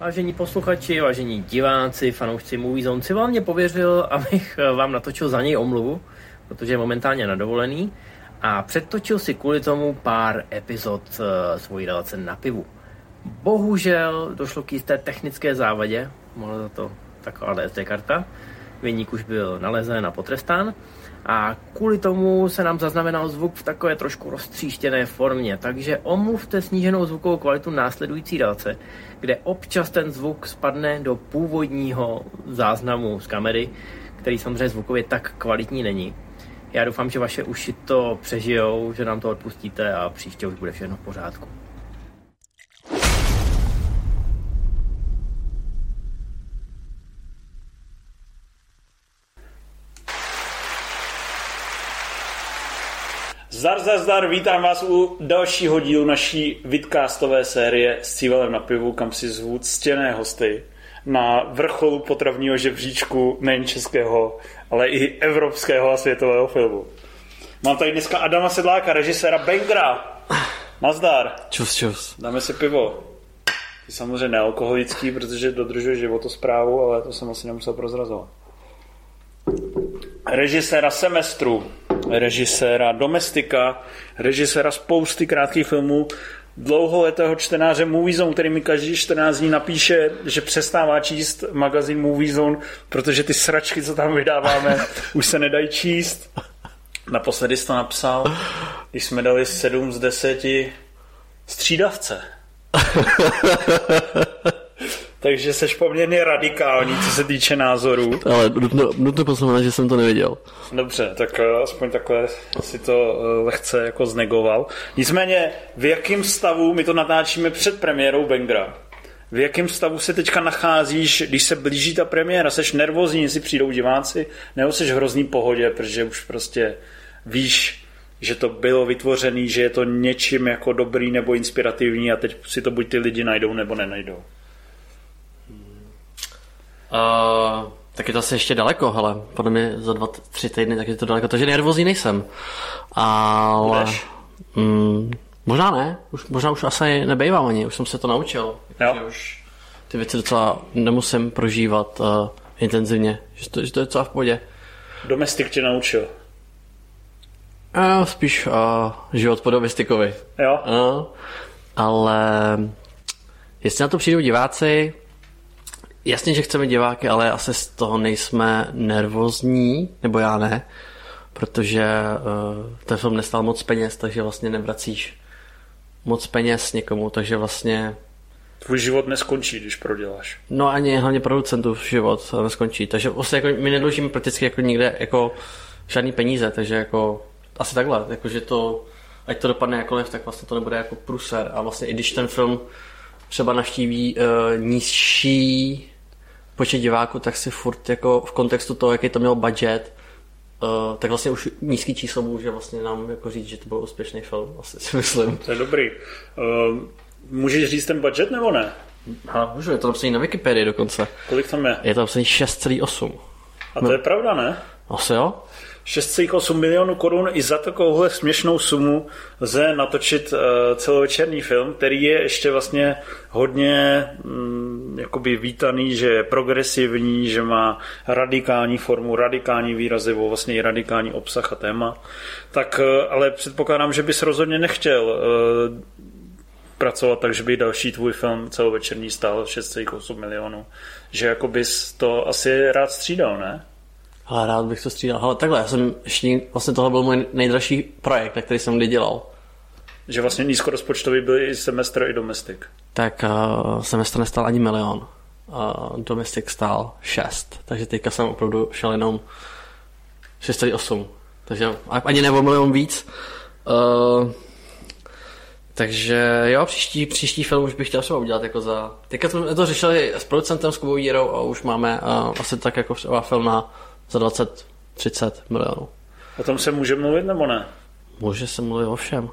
Vážení posluchači, vážení diváci, fanoušci Movie Zone, si vám mě pověřil, abych vám natočil za něj omluvu, protože je momentálně na dovolený a předtočil si kvůli tomu pár epizod svojí relace na pivu. Bohužel došlo k jisté technické závadě, mohla za to taková SD karta, viník už byl nalezen a potrestán a kvůli tomu se nám zaznamenal zvuk v takové trošku roztříštěné formě, takže omluvte sníženou zvukovou kvalitu následující relace, kde občas ten zvuk spadne do původního záznamu z kamery, který samozřejmě zvukově tak kvalitní není. Já doufám, že vaše uši to přežijou, že nám to odpustíte a příště už bude všechno v pořádku. Zdar, vítám vás u dalšího dílu naší vidcastové série s Cívalem na pivu, kam si zvu ctěné hosty na vrcholu potravního žebříčku nejen českého, ale i evropského a světového filmu. Mám tady dneska Adama Sedláka, režiséra Bangera. Nazdar. Čus. Dáme si pivo. Je samozřejmě nealkoholický, protože dodržuje životosprávu, ale to jsem asi nemusel prozrazovat. Režiséra Semestru, režiséra Domestika, režiséra spousty krátkých filmů, dlouholetého čtenáře Movie Zone, který mi každý 14 dní napíše, že přestává číst magazín Movie Zone, protože ty sračky, co tam vydáváme, už se nedají číst. Naposledy jsi to napsal, když jsme dali 7 z 10 střídavce. Takže seš poměrně radikální, co se týče názorů. Ale nutno poznamenat, že jsem to neviděl. Dobře, tak aspoň takhle si to lehce jako znegoval. Nicméně, v jakém stavu, my to natáčíme před premiérou Bangera, v jakém stavu se teďka nacházíš, když se blíží ta premiéra? Seš nervózní, jestli přijdou diváci, nebo seš v hrozný pohodě, protože už prostě víš, že to bylo vytvořený, že je to něčím jako dobrý nebo inspirativní a teď si to buď ty lidi najdou, nebo nenajdou. Tak je to asi ještě daleko, hele, podle mě za 2-3 týdny, tak je to daleko, takže nervózní nejsem. Ale možná ne, možná už asi nebejvám ani, už jsem se to naučil. Jo. Už ty věci docela nemusím prožívat intenzivně, že to je docela v pohodě. Domestik tě naučil? Spíš život po domestikovi. Jo. Ale jestli na to přijdou diváci, jasně, že chceme diváky, ale asi z toho nejsme nervózní, nebo já ne, protože ten film nestál moc peněz, takže vlastně nevracíš moc peněz někomu, takže vlastně... Tvůj život neskončí, když proděláš. No ani hlavně producentův život neskončí, takže vlastně jako my nedlužíme prakticky jako nikde jako žádný peníze, takže jako asi takhle, jakože to, ať to dopadne jakkoliv, tak vlastně to nebude jako průser a vlastně i když ten film třeba navštíví nižší počet diváků, tak si furt jako v kontextu toho, jaký to měl budget, tak vlastně už nízký číslo může vlastně nám jako říct, že to byl úspěšný film, asi si myslím. To je dobrý. Můžeš říct ten budget nebo ne? Můžu, je to napsaný na Wikipedii dokonce. Kolik tam je? Je to napsaný 6,8. A to je pravda, ne? Asi jo. 6,8 milionů korun i za takovouhle směšnou sumu lze natočit celovečerní film, který je ještě vlastně hodně jakoby vítaný, že je progresivní, že má radikální formu, radikální výrazivou, vlastně i radikální obsah a téma. Tak ale předpokládám, že bys rozhodně nechtěl pracovat tak, že by další tvůj film celovečerní stál 6,8 milionů. Že jako bys to asi rád střídal, ne? Ale rád bych to střídal. Ale takhle, já jsem ještě, vlastně tohle byl můj nejdražší projekt, na který jsem kdy dělal. Že vlastně nízkorozpočtový byl i Semestr, i Domestik. Tak Semestr nestál ani 1 milion. Domestik stál 6. Takže teďka jsem opravdu šel jenom 6,8. Takže ani nebo 1 milion víc. Takže jo, příští film už bych chtěl třeba udělat jako za... Teďka jsme to řešili s producentem, s Kubou Jírou a už máme asi tak jako třeba film za 20-30 milionů. O tom se může mluvit nebo ne? Může se mluvit o všem.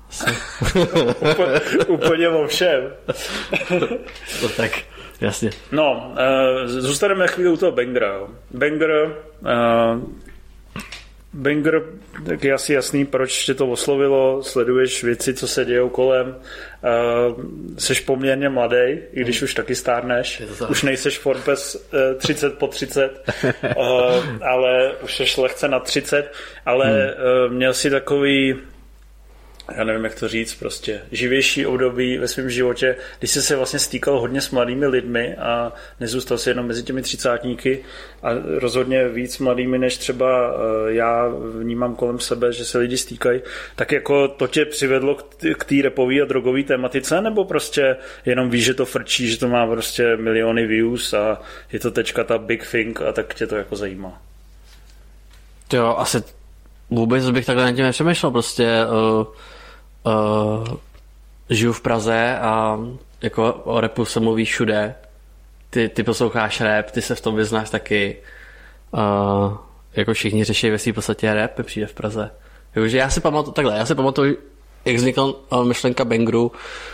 Úplně o všem. To tak, jasně. No, zůstaneme chvíli u toho Bangera. Banger Banger, tak je asi jasný, proč tě to oslovilo, sleduješ věci, co se dějou kolem, seš poměrně mladý, i když už taky stárneš, už nejseš Forbes 30 po 30, ale už jsi lehce na 30, ale měl si takový, já nevím, jak to říct, prostě živější období ve svém životě, když jsi se vlastně stýkal hodně s mladými lidmi a nezůstal si jenom mezi těmi třicátníky a rozhodně víc mladými, než třeba já vnímám kolem sebe, že se lidi stýkají, tak jako to tě přivedlo k té rapové a drogové tématice, nebo prostě jenom víš, že to frčí, že to má prostě miliony views a je to teďka ta big thing a tak tě to jako zajímá? Jo, asi vůbec bych takhle na tím nepřemýšlel, prostě žiju v Praze a jako o rapu se mluví všude. Ty posloucháš rap, ty se v tom vyznáš taky. Jako všichni řeší ve svým podstatě rap, přijde v Praze. Takže já si pamatuju, jak vznikla myšlenka Bangeru.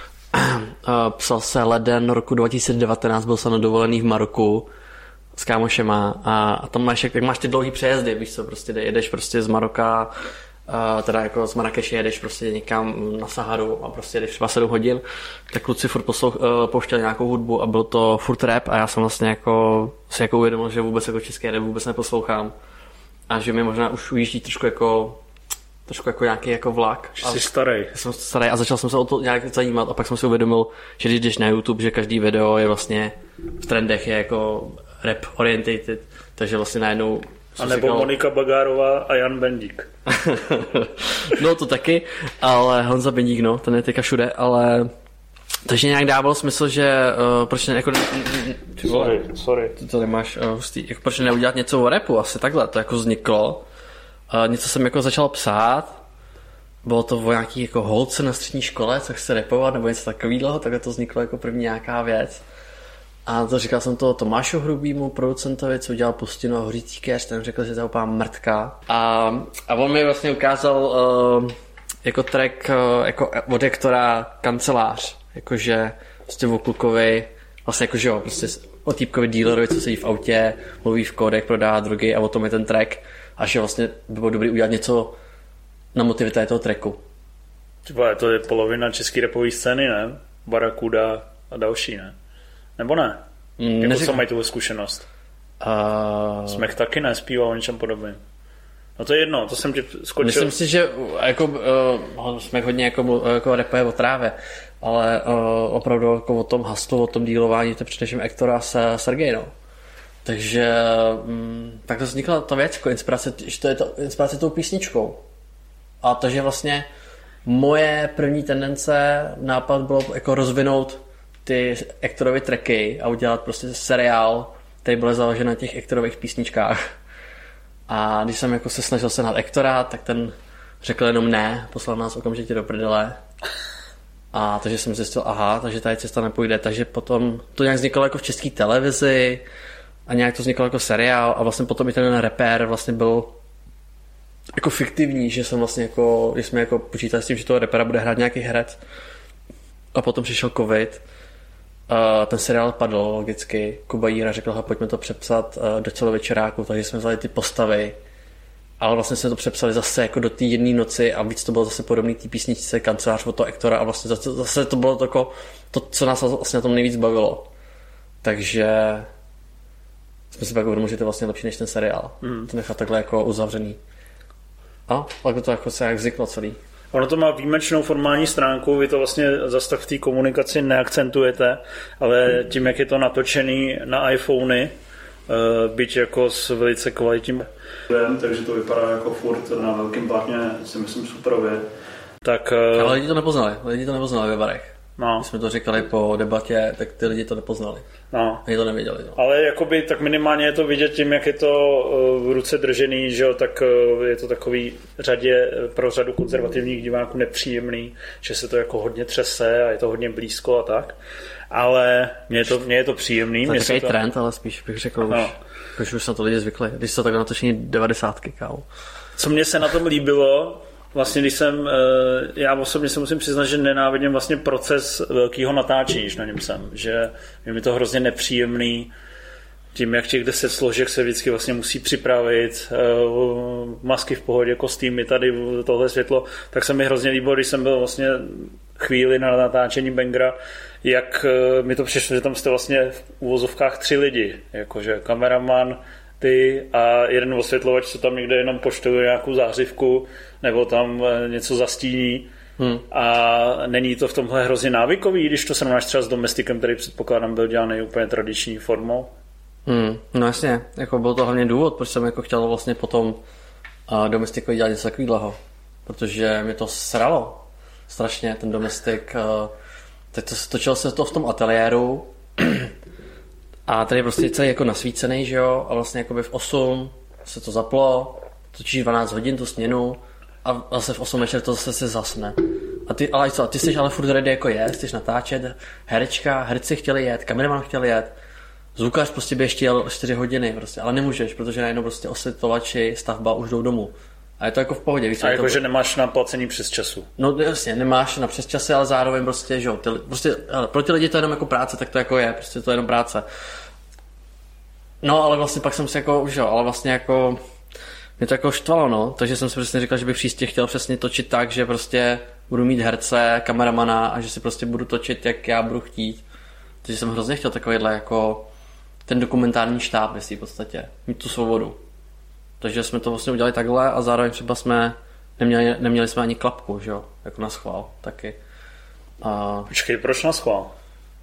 Psal se leden roku 2019, byl jsem na dovolený v Maroku s kámošema a tam máš ty dlouhý přejezdy, víš co, prostě jedeš prostě z Maroka, teda jako z Marrakeše jedeš prostě někam na Saharu a prostě jedeš třeba 7 hodin, tak kluci furt pouštěli nějakou hudbu a byl to furt rap a já jsem vlastně jako si jako uvědomil, že vůbec jako český rap vůbec neposlouchám a že mi možná už ujíždí trošku jako nějaký jako vlak. Že jsi starý. Jsem starý a začal jsem se o to nějak zajímat a pak jsem si uvědomil, že když jdeš na YouTube, že každý video je vlastně v trendech je jako rap orientated, takže vlastně najednou a nebo říkal... Monika Bagárová a Jan Bendík. No to taky, ale Honza Bendík, no, ten je teďka všude, ale takže nějak dávalo smysl, že proč ne, jako... Sorry. Ty to nemáš hustý, jako proč neudělat něco o rapu, asi takhle, to jako vzniklo. Něco jsem jako začal psát, bylo to o nějaký jako holce na střední škole, co chce rapovat, nebo něco takového, takhle to vzniklo jako první nějaká věc. A to říkal jsem to Tomášu Hrubýmu, producentovi, co udělal Pustinu a Hořící keř, ten řekl, že to je úplná mrtka. A on mi vlastně ukázal jako track jako od Hektora Kancelář, jakože prostě o klukovi, vlastně jakože jo, prostě o týpkovi dealerovi, co sedí v autě, mluví v kódech, prodává drogy a o tom je ten track. A že vlastně by bylo dobré udělat něco na motivy toho tracku. Třeba to je polovina české rapové scény, ne? Barakuda a další, ne? Nebo ne? Jako co mají tu zkušenost? Smech taky nespíval o něčem podobným. No to je jedno, to jsem ti skočil. Myslím si, že jako, Smech hodně jako rapuje o trávě, ale opravdu jako o tom hustlu, o tom dílování, to je především Hektora a Sergej, no. Takže tak to vznikla ta věc, jako inspirace, že to je to inspirace tou písničkou. A takže vlastně moje první tendence, nápad bylo jako rozvinout ty Hektorovy tracky a udělat prostě seriál, který byl založen na těch Hektorových písničkách. A když jsem jako se snažil se nad Hektora, tak ten řekl jenom ne, poslal nás okamžitě do prdele. A takže jsem zjistil, takže tady cesta nepůjde. Takže potom to nějak vzniklo jako v české televizi a nějak to vzniklo jako seriál a vlastně potom i ten rapper vlastně byl jako fiktivní, že jsem vlastně jako, že jsme jako počítali s tím, že toho rapera bude hrát nějaký herec a potom přišel covid, ten seriál padl logicky, Kuba Jíra řekl, pojďme to přepsat do celovečeráku, takže jsme vzali ty postavy, ale vlastně jsme to přepsali zase jako do té jedné noci a víc to bylo zase podobný té písničce Kancelář od toho Hektora a vlastně zase to bylo to, co nás vlastně na tom nejvíc bavilo. Takže jsme si pak uvědomili, že to je vlastně lepší než ten seriál. To nechat takhle jako uzavřený. A pak to jako se jak zvyklo celý. Ono to má výjimečnou formální stránku, vy to vlastně zase tak v té komunikaci neakcentujete, ale tím, jak je to natočený na iPhony, byť jako s velice kvalitním, takže to vypadá jako furt na velkém plátně, si myslím superově. Tak, ale lidi to nepoznali ve barech. No. Když jsme to říkali po debatě, tak ty lidi to nepoznali. No. Oni to nevěděli. No. Ale jakoby, tak minimálně je to vidět tím, jak je to v ruce držený, že jo, tak je to takový pro řadu konzervativních diváků nepříjemný, že se to jako hodně třese a je to hodně blízko a tak. Ale mně je to příjemný. To je takový trend, ale spíš bych řekl už na to lidi zvykli. Když se tak natočení 90ky, kámo. Co mně se na tom líbilo, vlastně když já osobně se musím přiznat, že nenávidím vlastně proces velkého natáčení, když na něm jsem, že je mi to hrozně nepříjemný, tím, jak těch 10 složek se vždycky vlastně musí připravit, masky v pohodě, kostýmy, tady tohle světlo, tak se mi hrozně líbilo, když jsem byl vlastně chvíli na natáčení Bangra, jak mi to přišlo, že tam jste vlastně v uvozovkách 3 lidi, jakože kameraman, ty a jeden osvětlovač, co tam někde jenom poštuje nějakou zářivku nebo tam něco zastíní. A není to v tomhle hrozně návykový, když to srovnáš třeba s Domestikem, který předpokládám byl dělaný úplně tradiční formou? No jasně, jako byl to hlavně důvod, proč jsem jako chtěl vlastně potom Domestikovi dělat něco takového, protože mi to sralo strašně, ten Domestik. Teď točilo se to v tom ateliéru a tady je prostě celý jako nasvícený, že jo, a vlastně jakoby v 8 se to zaplo, točíš 12 hodin tu směnu a zase v 8 večer to zase se zasne. A ty, ale co, ty jsi ale furt ready jako jet, chceš natáčet, herci chtěli jet, kameraman chtěl jet, zvukař prostě by ještě jel 4 hodiny, prostě, ale nemůžeš, protože najednou prostě osvětlovači, stavba už jdou domů. A je to jako v pohodě. Víš, a jako, to... že nemáš na placení přes času. No jasně, nemáš na přes časy, ale zároveň prostě, že jo, prostě, pro ty lidi to je jenom jako práce, tak to jako je, prostě to je jenom práce. No, ale vlastně pak jsem si jako, že jo, ale vlastně jako mě to jako štvalo, no, takže jsem si přesně říkal, že bych příště chtěl přesně točit tak, že prostě budu mít herce, kameramana a že si prostě budu točit, jak já budu chtít. Takže jsem hrozně chtěl takovýhle jako ten dokumentární štáb, jestli v podstatě, mít tu svobodu. Takže jsme to vlastně udělali takhle a zároveň třeba jsme neměli jsme ani klapku, že jo, jako na schvál taky. Počkej, proč na schvál?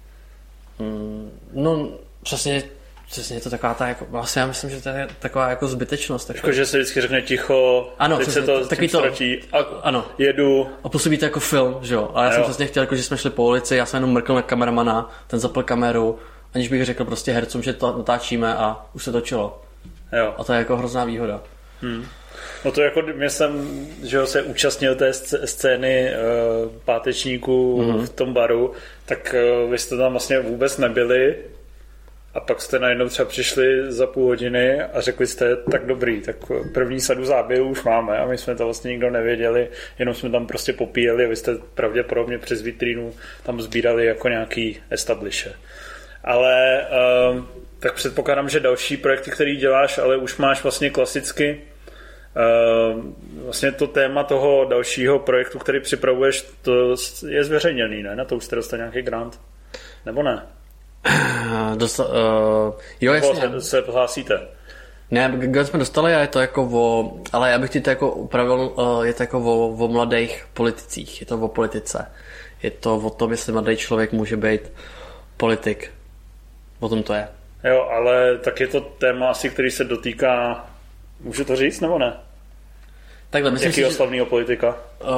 No, přesně je to taková ta, jako, vlastně já myslím, že to je taková jako zbytečnost. Jako, že se vždycky řekne ticho, ano, teď přesně, se to tím ztratí a ano. Jedu. A působí to jako film, že jo, ale já jsem přesně chtěl, jako, že jsme šli po ulici, já jsem jenom mrkl na kameramana, ten zapl kameru, aniž bych řekl prostě hercům, že to natáčíme a už se točilo. Jo. A to je jako hrozná výhoda. No to jako, mě jsem, že se účastnil té scény pátečníků v tom baru, tak vy jste tam vlastně vůbec nebyli a pak jste najednou třeba přišli za půl hodiny a řekli jste, tak dobrý, tak první sadu záběrů už máme a my jsme to vlastně nikdo nevěděli, jenom jsme tam prostě popíjeli a vy jste pravděpodobně přes vitrínu tam sbírali jako nějaký establishe. Ale tak předpokládám, že další projekty, který děláš, ale už máš vlastně klasicky vlastně to téma toho dalšího projektu, který připravuješ, to je zveřejněný, ne? Na to už jste dostal nějaký grant? Nebo ne? Jo, jasně. Se hlásíte? Ne, grant jsme dostali a je to jako ale já bych ti to jako upravil, je to jako o mladých politicích, je to o politice. Je to o tom, jestli mladý člověk může být politik. O tom to je. Jo, ale tak je to téma asi, který se dotýká, můžu to říct, nebo ne? Takhle, myslím jakýho slavného politika?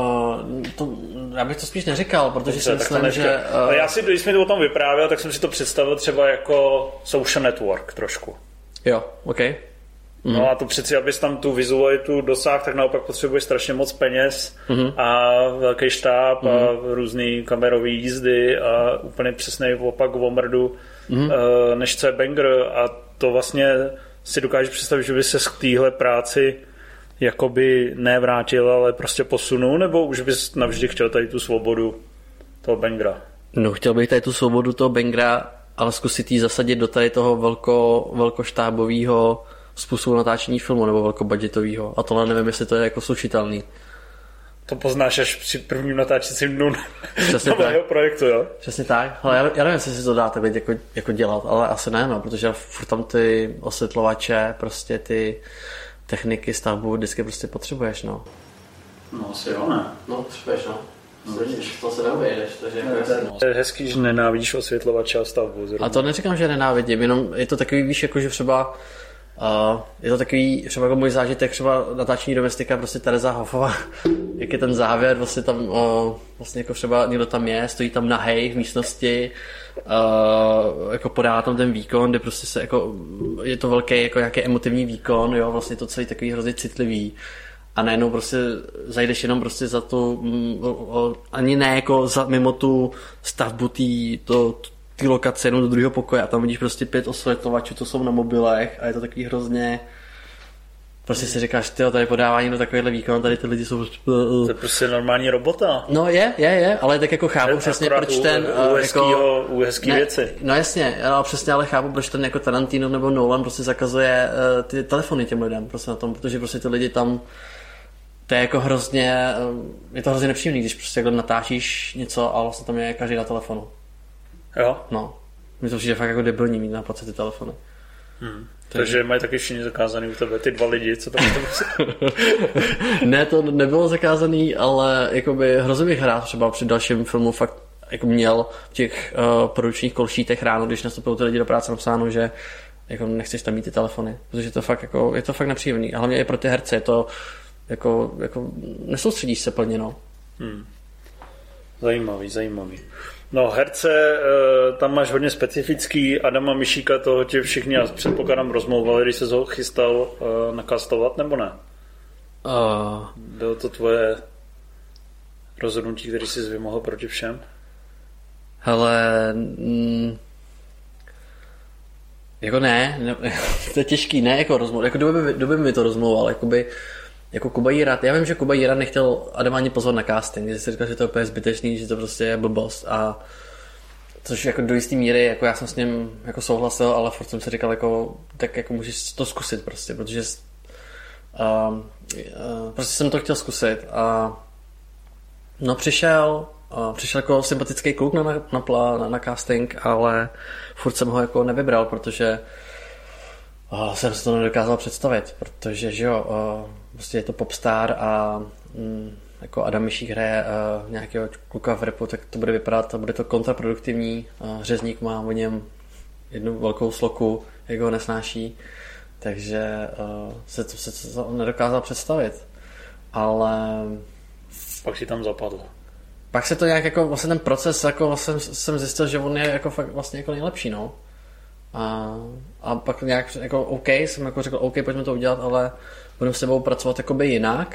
Já bych to spíš neříkal, protože dobře, si myslím, že... Já si, když mi to o tom vyprávěl, tak jsem si to představil třeba jako social network trošku. Jo, OK. No a to přeci, abys tam tu vizualitu dosáhl, tak naopak potřebuješ strašně moc peněz a velký štáb a různý kamerové jízdy a úplně přesný opak v omrdu, než co je Banger a to vlastně si dokážeš představit, že by se k téhle práci jakoby nevrátil, ale prostě posunul, nebo už bys navždy chtěl tady tu svobodu toho Bangera? No, chtěl bych tady tu svobodu toho Bangera, ale zkusit jí zasadit do tady toho velkoštábového způsobu natáčení filmu, nebo velkobudgetového. A tohle nevím, jestli to je jako slučitelný. To poznáš až při prvním natáčecím dnu nového projektu, jo? Přesně tak. Ale já nevím, jestli si to dá takhle jako dělat, ale asi ne, no, protože furt tam ty osvětlovače, prostě ty techniky, stavbu vždycky prostě potřebuješ, no. No asi jo, ne? No, potřebuješ, no. To se neuvějdeš, takže jako jasný, no. Je hezký, že nenávidíš osvětlovače a stavbu. Zrovna. A to neříkám, že nenávidím, jenom je to takový, víš, jako že třeba je to takový, třeba jako můj zážitek, třeba natáčení Domestika, prostě Tereza Hoffová, jak je ten závěr, vlastně tam, vlastně jako třeba někdo tam je, stojí tam nahej v místnosti, jako podá tam ten výkon, kde prostě se jako, je to velký jako nějaký emotivní výkon, jo, vlastně to celý takový hrozně citlivý a najednou prostě zajdeš jenom prostě za tu, ani ne jako mimo tu stavbu ty lokace jenom do druhého pokoje a tam vidíš prostě 5 osvětlovačů, to jsou na mobilech a je to takový hrozně Prostě si říkáš, tyjo, tady podává někdo takovýhle výkon, tady ty lidi jsou... To je prostě normální robota. No je, ale tak jako chápu přesně, proč ten... U hezký věci. No jasně, přesně, ale chápu, proč ten jako Tarantino nebo Nolan prostě zakazuje ty telefony těm lidem prostě na tom, protože prostě ty lidi tam... To je jako hrozně... Je to hrozně nepříjemný, když prostě jako natáčíš něco a vlastně tam je každý na telefonu. Jo? No. Mně to přijde fakt jako debilní mít na ty telefony. Takže mají taky všichni zakázaný u tebe, ty 2 lidi, co tam Ne, to nebylo zakázaný, ale jakoby hrozně bych rád třeba při dalším filmu fakt jako měl v těch produkčních kolšítech ráno, když nastupují ty lidi do práce napsáno, že jako nechceš tam mít ty telefony, protože to fakt jako, je to fakt nepříjemný. A hlavně i pro ty herce je to jako nesoustředíš se plně, no. Zajímavý. No, herce, tam máš hodně specifický. Adama Mišíka, toho tě všichni, já předpokládám, rozmlouvali, když se ho chystal nakastovat, nebo ne? Bylo to tvoje rozhodnutí, který jsi vymohl proti všem? Hele, jako ne, to je těžký, ne jako rozmluv, jako kdo by mi to rozmlouval, jakoby, jako Kuba Jirát, já vím, že Kuba Jirát nechtěl Adama ani pozvat na casting, že si říkal, že to je úplně zbytečný, že to prostě je blbost a což jako do jistý míry, jako já jsem s ním jako souhlasil, ale furt jsem si říkal, jako, tak jako můžeš to zkusit prostě, protože prostě jsem to chtěl zkusit a no přišel jako sympatický kluk na casting, ale furt jsem ho jako nevybral, protože jsem si to nedokázal představit, protože že jo, prostě je to popstar a jako Adam Mišík hraje nějakého kluka v rapu, tak to bude vypadat, bude to kontraproduktivní, Řezník má o něm jednu velkou sloku, jak ho nesnáší, takže se to nedokázal představit, ale pak si tam zapadlo. Pak se to nějak jako vlastně ten proces jako vlastně jsem zjistil, že on je jako fakt vlastně jako nejlepší, no. A pak nějak jako OK, jsem jako řekl OK, pojďme to udělat, ale budeme s sebou pracovat jakoby jinak.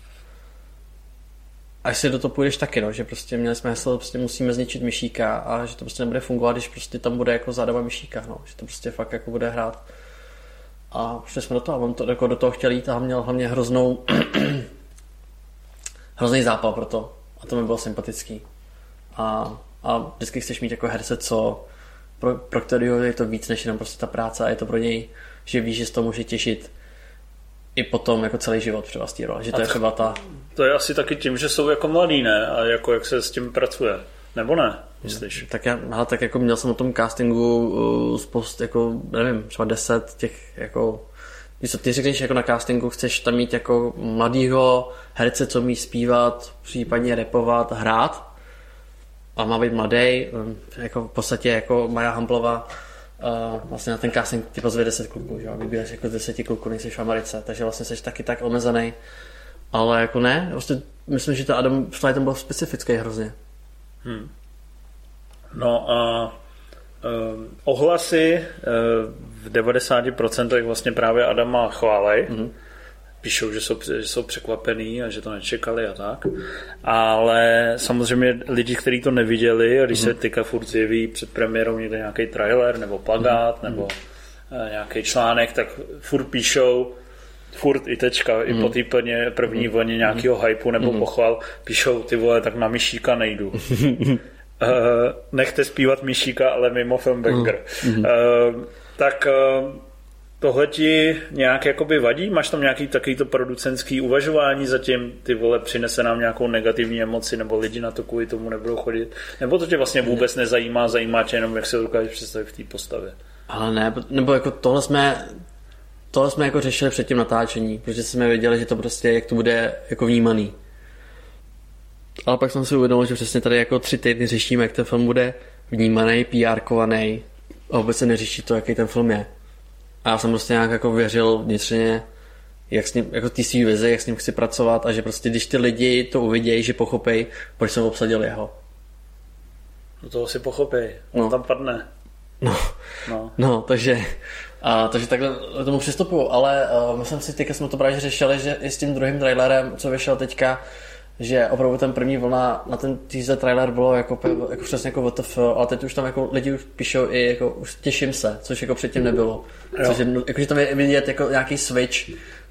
Až si do toho půjdeš taky, no, že prostě měli jsme heslo, prostě musíme zničit Mišíka a že to prostě nebude fungovat, když prostě tam bude jako zádama Mišíka, no, že to prostě fakt jako bude hrát. A šli jsme do toho a on to jako do toho chtěl jít a měl hlavně hrozný zápal pro to. A to mi bylo sympatický. A vždycky chceš mít jako herce, co pro kterého je to víc než jenom prostě ta práce a je to pro něj, že víš, že z toho může těšit i potom jako celý život třeba z té role. Že to je třeba ta... To je asi taky tím, že jsou jako mladý, ne? A jako jak se s tím pracuje. Nebo ne? Myslíš? Tak jako měl jsem o tom castingu spoustu, jako nevím, třeba 10 těch jako... Když ty řekneš jako na castingu, chceš tam mít jako mladýho herce, co umí zpívat, případně rapovat, hrát a má být mladý, jako v podstatě jako Maja Hamplová vlastně na ten casting ty pozve 10 kluků, že? Vybíráš jako 10 kluků, nejsi v Americe, takže vlastně jsi taky tak omezený, ale jako ne, vlastně myslím, že ten Adam Schley byl specifický hrozně. No a ohlasy v 90% vlastně právě Adama chválej. Píšou, že jsou překvapený a že to nečekali a tak. Ale samozřejmě lidi, kteří to neviděli, a když se teďka furt zjeví před premiérou někde nějaký trailer nebo plakát nebo nějaký článek, tak furt píšou, furt i tečka, i po té první vlně nějakého hypeu nebo pochval, píšou, ty vole, tak na Mišíka nejdu. Nechte zpívat Mišíka, ale mimo film banger. Tak tohle ti nějak jakoby vadí? Máš tam nějaký takovýto producentský uvažování zatím, ty vole, přinese nám nějakou negativní emoci, nebo lidi na to kvůli tomu nebudou chodit? Nebo to tě vlastně vůbec nezajímá, zajímá tě jenom, jak se dokážeš představit v té postavě? Ale ne, nebo jako tohle jsme jako řešili před tím natáčení, protože jsme věděli, že to prostě, jak to bude jako vnímaný. Ale pak jsem si uvědomil, že přesně tady jako 3 týdny řešíme, jak ten film bude vnímaný, PR-kovaný a vůbec se neřeší to, jaký ten film je. A já jsem prostě nějak jako věřil vnitřně, jak s ním, jako té svý vizi, jak s ním chci pracovat a že prostě když ty lidi to uvidějí, že pochopej, proč jsem obsadil jeho. No toho si pochopej, on tam padne. No, takže takhle tomu přistupuju, ale myslím si, teďka jsme to právě řešili, že i s tím druhým trailerem, co vyšel teďka, že opravdu ten první vlna na ten teaser trailer bylo jako přesně jako WTF, ale teď už tam jako lidi už píšou i jako už těším se, což jako předtím nebylo. Což je, jakože tam je vidět jako nějaký switch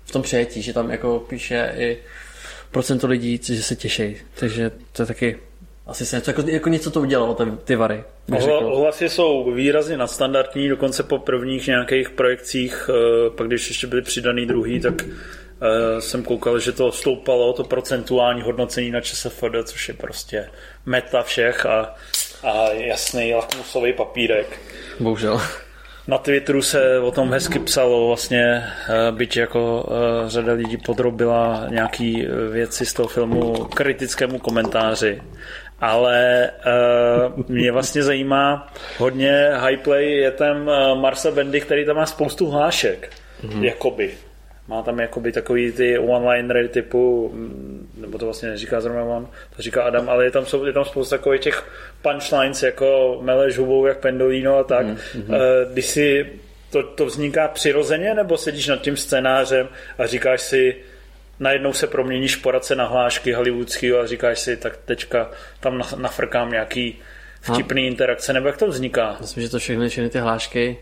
v tom přijetí, že tam jako píše i procento lidí, že se těší. Takže to je taky asi se jako něco to udělalo, ty vary. Ohlasy jsou výrazně nadstandardní, dokonce po prvních nějakých projekcích, pak když ještě byly přidaný druhý, tak jsem koukal, že to stoupalo, to procentuální hodnocení na ČSFD, což je prostě meta všech a jasný lakmusový papírek. Bohužel. Na Twitteru se o tom hezky psalo, vlastně byť jako řada lidí podrobila nějaký věci z toho filmu kritickému komentáři. Ale mě vlastně zajímá hodně Highplay je ten Marcel Bendy, který tam má spoustu hlášek. Jakoby. Má tam jakoby takový ty one-linery typu, nebo to vlastně neříká zrovna on, to říká Adam, ale je tam spousta takových těch punchlines, jako meleš hubou jak pendolino a tak. Když si to vzniká přirozeně, nebo sedíš nad tím scénářem a říkáš si, najednou se proměníš poradce na hlášky hollywoodskýho a říkáš si, tak teďka tam nafrkám nějaký vtipný interakce, nebo jak to vzniká? Myslím, že to všechny ty hlášky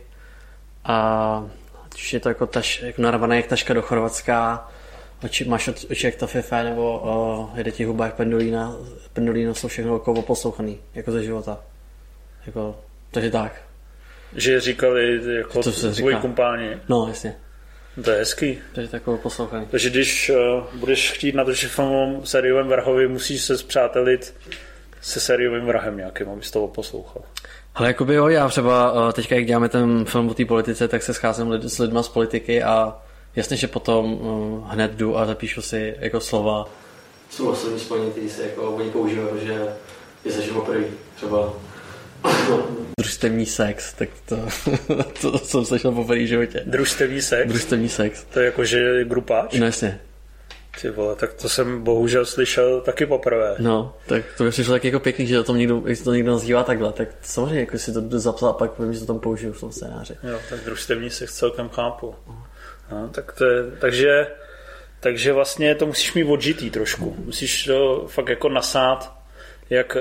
a už je to jako narvané jak taška do Chorvatska, máš oči jak ta Fife, nebo jede ti huba jak pendolino, jsou všechno jako oposlouchaný, jako ze života. Jako, takže tak. Že říkali jako tvoji kumpáni. No, jasně. To je hezký. Takže takový poslouchaný. Takže když budeš chtít natočit film sériovém vrahovi, musíš se spřátelit se sériovým vrahem nějakým, abys toho poslouchal. Ale jakoby jo, já třeba teďka, jak děláme ten film o té politice, tak se scházím s lidma z politiky a jasně, že potom hned jdu a zapíšu si jako slova. Jsou oslovní spojení, který se jako oni používají, že je zažil poprvé. Třeba družstevní sex, tak to jsem slyšel poprvé v životě. Družstevní sex? Družstevní sex. To je jako, že je grupáč? No jasně. Ty vole, tak to jsem bohužel slyšel taky poprvé. No, tak to mi přišlo taky jako pěkný, že to někdo nazývá takhle, tak samozřejmě jako si to jdu zapsat a pak vím, že to tam použiju v tom scénáři. Jo, tak družstevní sex celkem chápu. No, tak to je, takže vlastně to musíš mít odžitý trošku. Musíš to fakt jako nasát, jak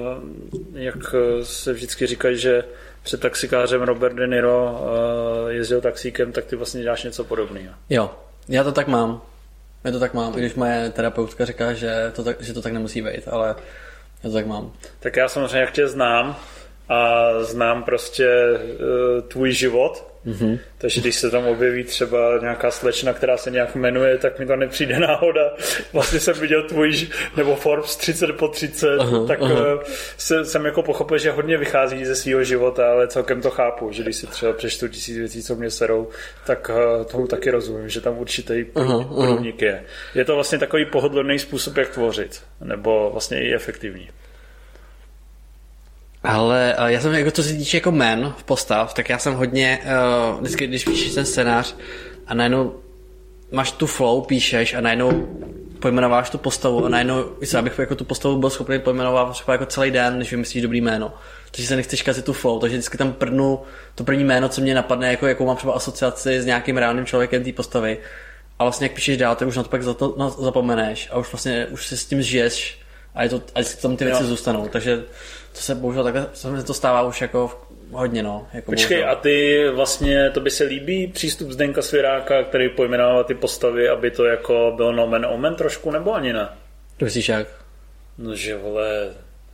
se vždycky říkají, že před taxikářem Robert De Niro jezdil taxíkem, tak ty vlastně děláš něco podobného. Jo, já to tak mám. I když moje terapeutka říká, že to tak nemusí být, ale já to tak mám. Tak já samozřejmě jak tě znám a znám prostě tvůj život, takže když se tam objeví třeba nějaká slečna, která se nějak jmenuje, tak mi to nepřijde náhoda. Vlastně jsem viděl tvůj, nebo Forbes 30 po 30, tak jsem jako pochopil, že hodně vychází ze svého života, ale celkem to chápu, že když si třeba přečtu 1000 věcí, co mě serou, tak tomu taky rozumím, že tam určitý průnik je. Je to vlastně takový pohodlný způsob, jak tvořit, nebo vlastně i efektivní. Ale já jsem jako to se týče jako jmen v postav, tak já jsem hodně, vždycky, když píšeš ten scénář a najednou máš tu flow, píšeš a najednou pojmenováš tu postavu a najednou, abych jako tu postavu byl schopný pojmenovat třeba jako celý den, než vymyslíš dobrý jméno. Takže se nechceš kazit tu flow, takže vždycky tam prdnu to první jméno, co mě napadne, jako jakou mám třeba asociaci s nějakým reálným člověkem té postavy. A vlastně jak píšeš dál, tak už na to pak zapomeneš a už vlastně už si s tím žiješ a tam ty věci zůstanou. Takže to se bohužel takhle se to stává už jako hodně, no. Jako počkej, bohužel. A ty vlastně, to by se líbí přístup Zdenka Sviráka, který pojmenoval ty postavy, aby to jako byl nomen omen trošku, nebo ani ne? To myslíš jak? No, že vole...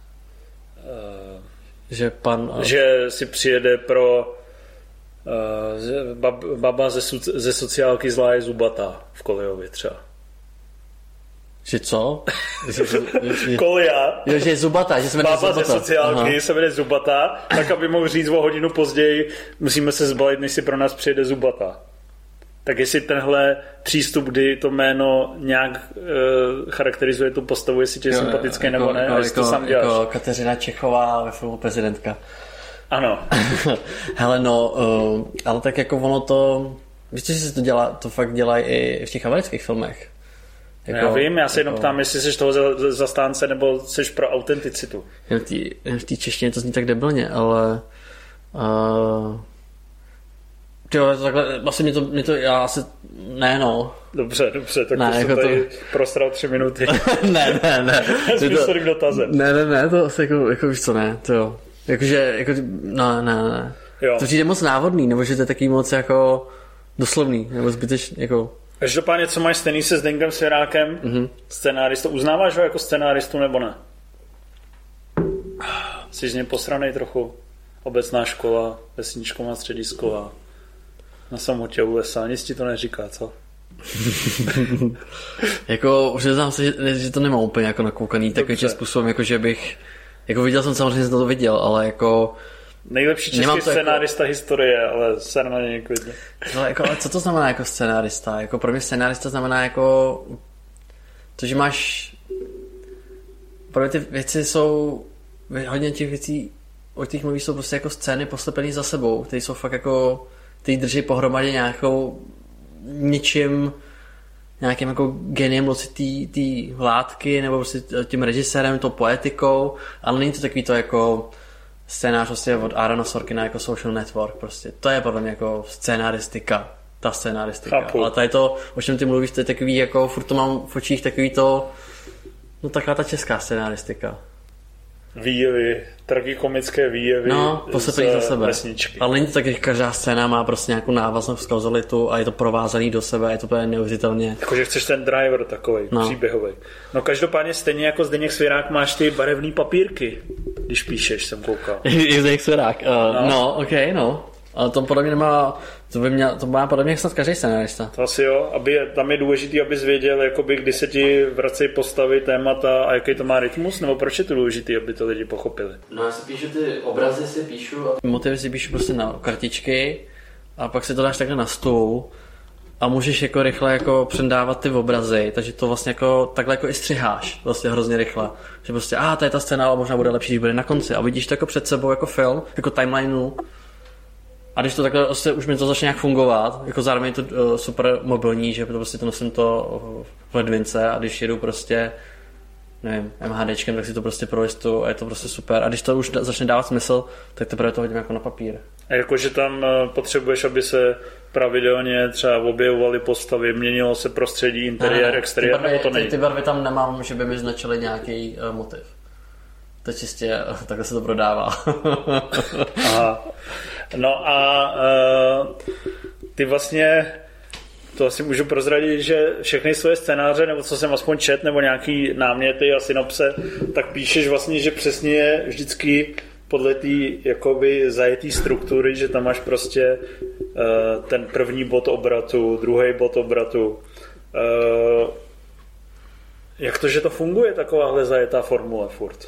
že si přijede pro baba ze sociálky zlá je zubatá v Kolejově třeba. Že co? Kolia. Jo, že je zubatá, že se jmenuje Baba Zubata. ze sociálky se jmenuje Zubatá, tak aby mohl říct o hodinu později, musíme se zbalit, než si pro nás přijede Zubata. Tak jestli tenhle přístup, kdy to jméno nějak charakterizuje tu postavu, jestli ti je sympatické nebo ne, jestli to sám děláš. Jako Kateřina Čechová ve filmu Prezidentka. Ano. Hele, no, ale tak jako ono to, víš, že se to dělá, to fakt dělají i v těch amerických filmech. Jako, já vím, já se jenom ptám, jestli jsi toho zastánce nebo jsi pro autenticitu. V té češtině to zní tak debilně, ale takhle, vlastně mě to já asi, ne no. Dobře, tak ne, to jako tady prostral 3 minuty. ne. Já jsem to dotazem. Ne, to asi jako víš co, ne, to jo. Jakože, ne. Jo. To přijde moc návodný, nebo že to je takový moc jako doslovný, nebo zbytečný, jako... Každopádně, co máš stejný se Zdeňkem Svěrákem, scénáristu, uznáváš ho jako scénáristu nebo ne? Jsi z něj posranej trochu? Obecná škola, vesničková středisková, na samotě u lesa, nic ti to neříká, co? Jako, přiznám se, že to nemám úplně jako nakoukaný takovým způsobem, jako že bych, jako viděl jsem samozřejmě, že jsem to viděl, ale jako... Nejlepší český scénárista historie, ale ser na něj klidně. No, jako, ale co to znamená jako scénárista? Jako pro mě scénárista znamená jako to, že máš... Pro mě ty věci jsou... Hodně těch věcí, o těch mluví, jsou prostě jako scény poslepený za sebou, které jsou fakt jako... Ty drží pohromadě nějakou... něčím... nějakým jako geniem moci té látky, nebo prostě tím režisérem, tou poetikou, ale není to takový to jako... scénář prostě od Aarona Sorkina jako Social Network prostě. To je podle mě jako scénaristika. Ta scénaristika. Chápu. Ale tady to, o čem ty mluvíš, to je takový jako, furt to mám v očích takový to, no taková ta česká scénaristika. Výjevy, tragikomické výjevy poslepený za sebe. Vesničky. Ale není to tak, že každá scéna má prostě nějakou návaznost, kauzalitu a je to provázaný do sebe, je to úplně neuvěřitelně. Jakože chceš ten driver takovej, příběhový. No každopádně stejně jako Zdeněk Svěrák máš ty barevný papírky, když píšeš, jsem koukal. Zdeněk Svěrák, no. Ale to podle mě nemá, to má podle mě snad každý scénárista. To asi jo, tam je důležitý, abys věděl, jakoby, kdy se ti vracejí postavy, témata a jaký to má rytmus, nebo proč je to důležitý, aby to lidi pochopili? No já si píšu ty obrazy, a motivy si píšu prostě na kartičky a pak si to dáš takhle na stůl a můžeš jako rychle jako předávat ty obrazy, takže to vlastně jako takhle jako i střiháš vlastně hrozně rychle. Že prostě, to je ta scéna, ale možná bude lepší, když bude na konci a vidíš to jako před sebou jako film, jako timelineu. A když to takhle vlastně, už mi to začne nějak fungovat, jako zároveň je to super mobilní, že prostě to nosím to v ledvince a když jedu prostě, nevím, MHDčkem, tak si to prostě prolistu a je to prostě super. A když to už začne dávat smysl, tak teprve to hodím jako na papír. A jakože tam potřebuješ, aby se pravidelně třeba objevovaly postavy, měnilo se prostředí, interiér, exteriér, nebo to nejde? Ty barvy tam nemám, že by mi značily nějaký motiv. To je čistě, takhle se to prodává. Aha. No a ty vlastně, to asi můžu prozradit, že všechny svoje scénáře, nebo co jsem aspoň čet, nebo nějaký náměty a synopse, tak píšeš vlastně, že přesně je vždycky podle té jakoby zajetý struktury, že tam máš prostě ten první bod obratu, druhý bod obratu. Jak to, že to funguje, takováhle zajetá formule furt?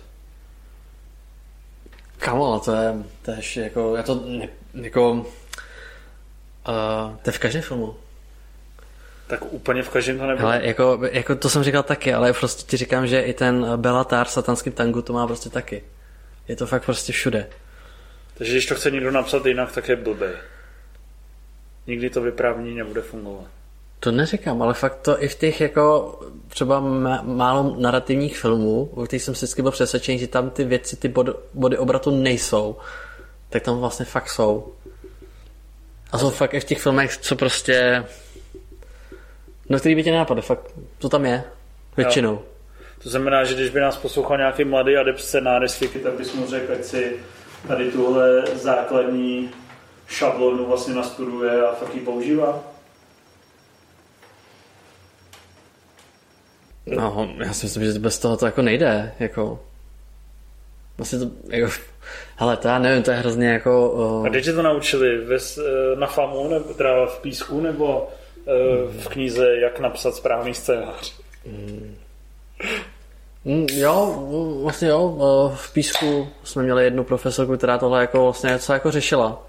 Kamo, to je jako, já to jako, to je v každém filmu. Tak úplně v každém to nebylo. Ale jako to jsem říkal taky, ale prostě ti říkám, že i ten Bellatar v Satanském tangu to má prostě taky. Je to fakt prostě všude. Takže když to chce někdo napsat jinak, tak je blbej. Nikdy to vyprávění nebude fungovat. To neříkám, ale fakt to i v těch jako třeba málo narrativních filmů, o kterých jsem vždycky byl přesvědčený, že tam ty věci, ty body obratu nejsou, tak tam vlastně fakt jsou. A jsou fakt i v těch filmech, co prostě... No, který by tě nenapadl, fakt to tam je. Většinou. Jo. To znamená, že když by nás poslouchal nějaký mladý adept scénáristiky, tak bys mu řekl, ať si tady tuhle základní šablonu vlastně nastuduje a fakt ji používá? No, já si myslím, že bez toho to jako nejde, jako... Vlastně to, jako... Hele, to já nevím, to je hrozně jako... A kde tě to naučili? Na FAMu, nebo teda v Písku, nebo v knize Jak napsat správný scénář? Jo, vlastně jo, v Písku jsme měli jednu profesorku, která tohle jako vlastně něco jako řešila.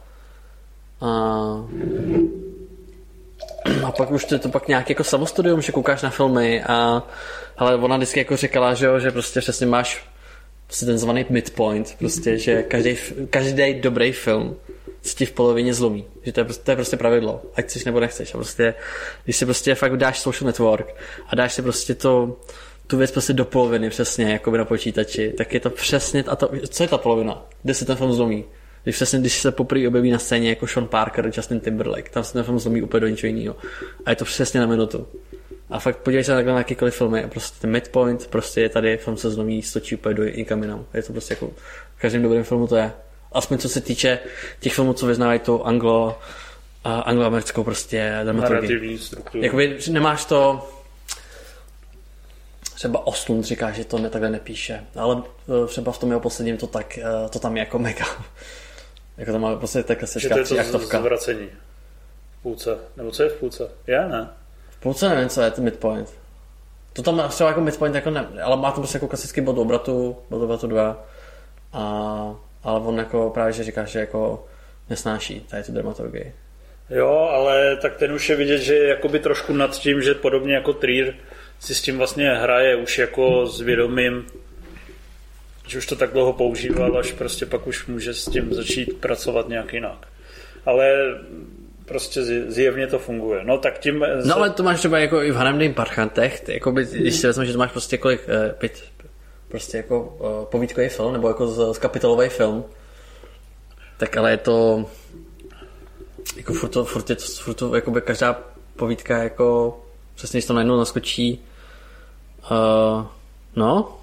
A pak už to pak nějaký jako samostudium, že koukáš na filmy ale ona vždycky jako říkala, že prostě přesně máš prostě ten zvaný midpoint, prostě, že každý dobrý film se ti v polovině zlomí, že to je prostě pravidlo, ať chceš nebo nechceš. A prostě, když si prostě fakt dáš Social Network a dáš si prostě tu věc prostě do poloviny přesně, jakoby na počítači, tak je to přesně, a to, co je ta polovina? Kde se ten film zlomí? Když se poprvé objeví na scéně jako Sean Parker, Justin Timberlake, tam se ten film zlomí úplně do něčeho jiného. A je to přesně na minutu. A fakt podívej se takhle na jakýkoliv filmy a prostě ten midpoint prostě je tady, film se zlomí, stočí úplně do někam jinam. Je to prostě jako v každém dobrém filmu to je. Aspoň co se týče těch filmů, co vyznávají tu angloamerickou prostě dramaturgii. Narrativní strukturu. Jakoby nemáš to, třeba Oslund říká, že to takhle nepíše, ale třeba v tom jeho posledním to tam je jako mega. Jako to má prostě tak klasická tříaktovka. Zvracení v půlce. Nebo co je v půlce? Já ne. V půlce nevím, co je ten midpoint. To tam třeba jako midpoint jako ne, ale má to prostě jako klasický bod obratu 2. Ale on jako právě že říká, že jako nesnáší tady tu dramaturgii. Jo, ale tak ten už je vidět, že je jakoby trošku nad tím, že podobně jako Trier si s tím vlastně hraje už jako s vědomím, že už to tak dlouho používal, až prostě pak už může s tím začít pracovat nějak jinak. Ale prostě zjevně to funguje. No tak tím... No ale to máš třeba jako i v Hanebným parchantech, jakoby, když si vezmeš, že to máš prostě prostě jako povídkový film, nebo jako z kapitolový film, tak ale je to jako furt to jakoby každá povídka jako přesně, když to najednou naskočí no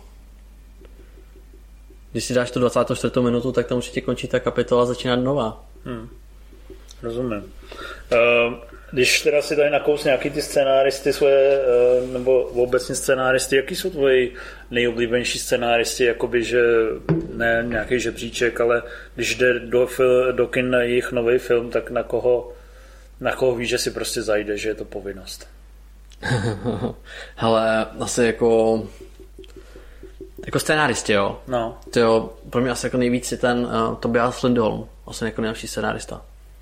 když si dáš tu 24. minutu, tak tam určitě končí ta kapitola a začíná nová. Rozumím. Když teda si tady nakous nějaký ty scénáristy svoje, nebo obecně scénáristy, jaký jsou tvoji nejoblíbenější scénáristi, jakoby, že ne nějaký žebříček, ale když jde do kin jejich nový film, tak na koho víš, že si prostě zajde, že je to povinnost? Hele, asi jako scénáristi, jo. No. To jo, pro mě asi jako nejvíc je ten Tobias Lindholm, asi jako nejlepší scénárista.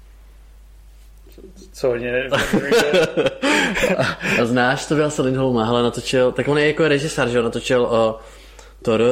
Co hodně A znáš Tobias Lindholma, hele, natočil, tak on je jako režisér, že jo, natočil Thor,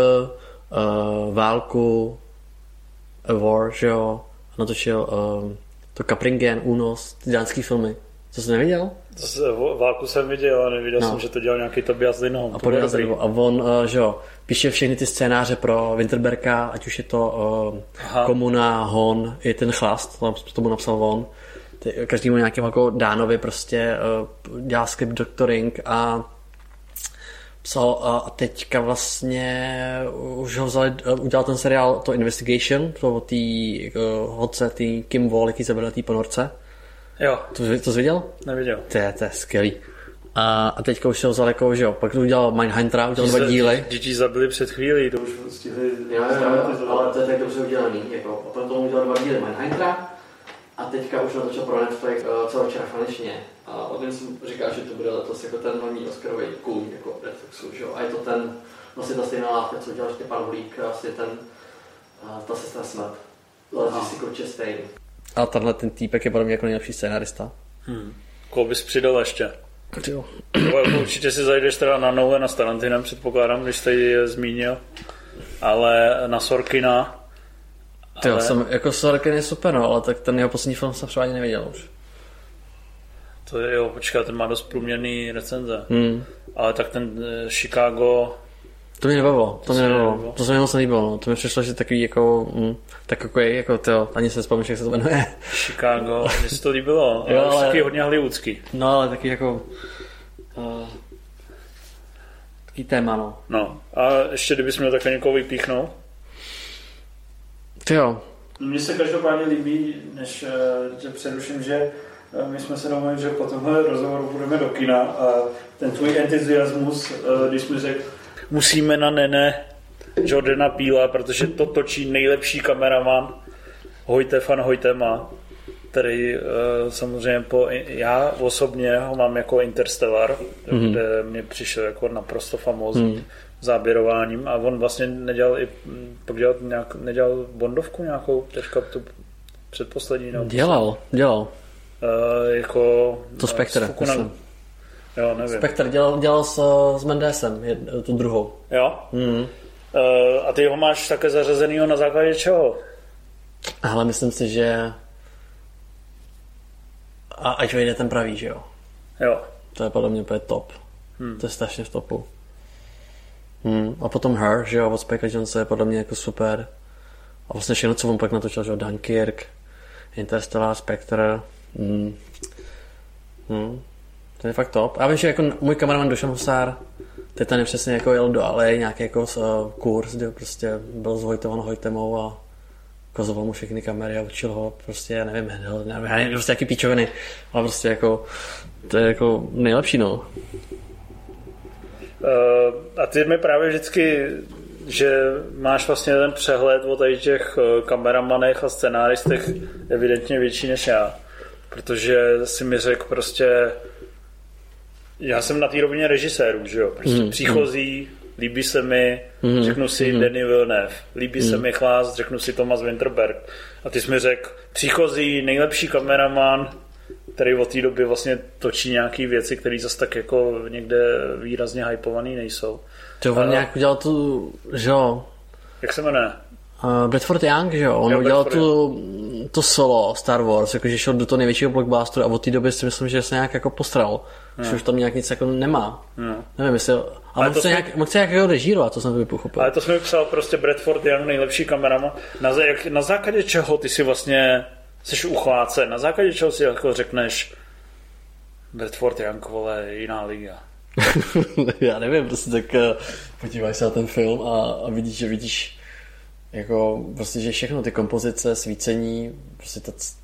Válku, A War, že jo, natočil to Kapringen, Únos, ty dánský filmy. Co jsi neviděl? Válku jsem viděl, ale neviděl jsem, že to dělal nějaký Tobias Lindholm. A on, že jo, píše všechny ty scénáře pro Winterberga, ať už je to Komuna, Hon, i ten Chlast, to mu napsal on. Každému nějakému jako Dánovi prostě dělal script doctoring a psal a teďka vlastně už ho vzali, udělal ten seriál to Investigation, to o té hodce, tý Kim Wall, jaký zabili té ponorce. Jo. To jsi viděl? Neviděl. To je skvělý. A teďka už se ho vzal jako, že jo, pak to udělal Mindhuntera, udělal 2 díly. Děti zabili před chvílí, to už stihli. Jo, ale to je tak dobře udělaný, jako, a potom udělal 2 díly Mindhuntera a teďka už natočil pro Netflix celovečera konečně. A o tom jsem říkal, že to bude letos jako ten hlavní Oscarový kůň jako Netflixu, že jo. A je to ten, vlastně ta stejná látka, co dělal Štěpán Hulík, vlastně ta sestra Smrt. Jessica Chastain. A tenhle ten týpek je podle mě jako nejlepší scénarista. Koho bys přidal ještě? Jo. Určitě si zajdeš teda na Nolana s Tarantinem, předpokládám, když jste ji zmínil. Ale na Sorkina. Ale... Jsem, jako Sorkin je super, no, ale tak ten jeho poslední film jsem třeba ani neviděl už. To je, jo, počkat, ten má dost průměrný recenze. Ale tak ten Chicago... To mě nebavilo, to se mi moc nelíbilo, no. To mi přišlo, že takový jako to, ani se vzpomíš, jak se to jmenuje. Chicago, mně se to líbilo, jo, ale taky hodně hollywoodský. No, ale taky jako taký téma, no. No, a ještě kdybys měl takhle někoho vypíchnout? Ty jo. Mně se každopádně líbí, než tě přeruším, že my jsme se domluvili, že po tomhle rozhovoru budeme do kina a ten tvůj entuziasmus, když jsme řekl, musíme na Nene Jordana Peela, protože to točí nejlepší kameraman Hojte van Hoytema, který samozřejmě já osobně ho mám jako Interstellar, kde mě přišel jako naprosto famózní záběrováním a on vlastně nedělal Bondovku nějakou, teďka tu předposlední. Dělal. Jako to Spectre. Jo, nevím. Spectre dělal s Mendesem, tu druhou. Jo? A ty ho máš také zařazenýho na základě čeho? Ale myslím si, že ať vyjde ten pravý, že jo? Jo. To je podle mě úplně top. To je strašně v topu. A potom Her, že jo, od Spike Jonze je podle mě jako super. A vlastně všechno, co on pak natočil, že jo, Dunkirk, Interstellar, Spectre. To je fakt top. A vím, že jako můj kameraman Dušan Husár, teď ten přesně jako jel do Alej, nějaký jako kurz, kde prostě byl s Vojtou Van Hoytemou a ukazoval mu všechny kamery a učil ho prostě, nevím, prostě jaký píčoviny, ale prostě jako to je jako nejlepší, no. A ty mi právě vždycky, že máš vlastně ten přehled o tady těch kameramanech a scenáristech evidentně větší než já, protože si mi řekl prostě, já jsem na té rovině režisérů, že jo, prostě příchozí, líbí se mi, řeknu si Denis Villeneuve, líbí se mi Chlás, řeknu si Thomas Winterberg. A ty jsi mi řekl, příchozí, nejlepší kameraman, který od té doby vlastně točí nějaký věci, které zase tak jako někde výrazně hypovaný nejsou. To on nějak udělal tu, že jo. Jak se jmenuje? Bradford Young, že jo, on udělal to Solo Star Wars, jakože šel do toho největšího blockbusteru a od té doby si myslím, že se nějak jako postral. Že už tam nějak nic jako nemá. Nevím, jestli... Ale on chce nějakého režírovat, to jsem to pochopil. Ale to jsem mi psal prostě Bradford Young, nejlepší kameraman. Na základě čeho ty si vlastně jsi uchvácen? Na základě čeho si jako řekneš Bradford Young, vole, jiná liga? Já nevím, prostě tak podíváš se na ten film a vidíš jako prostě, že všechno, ty kompozice, svícení, prostě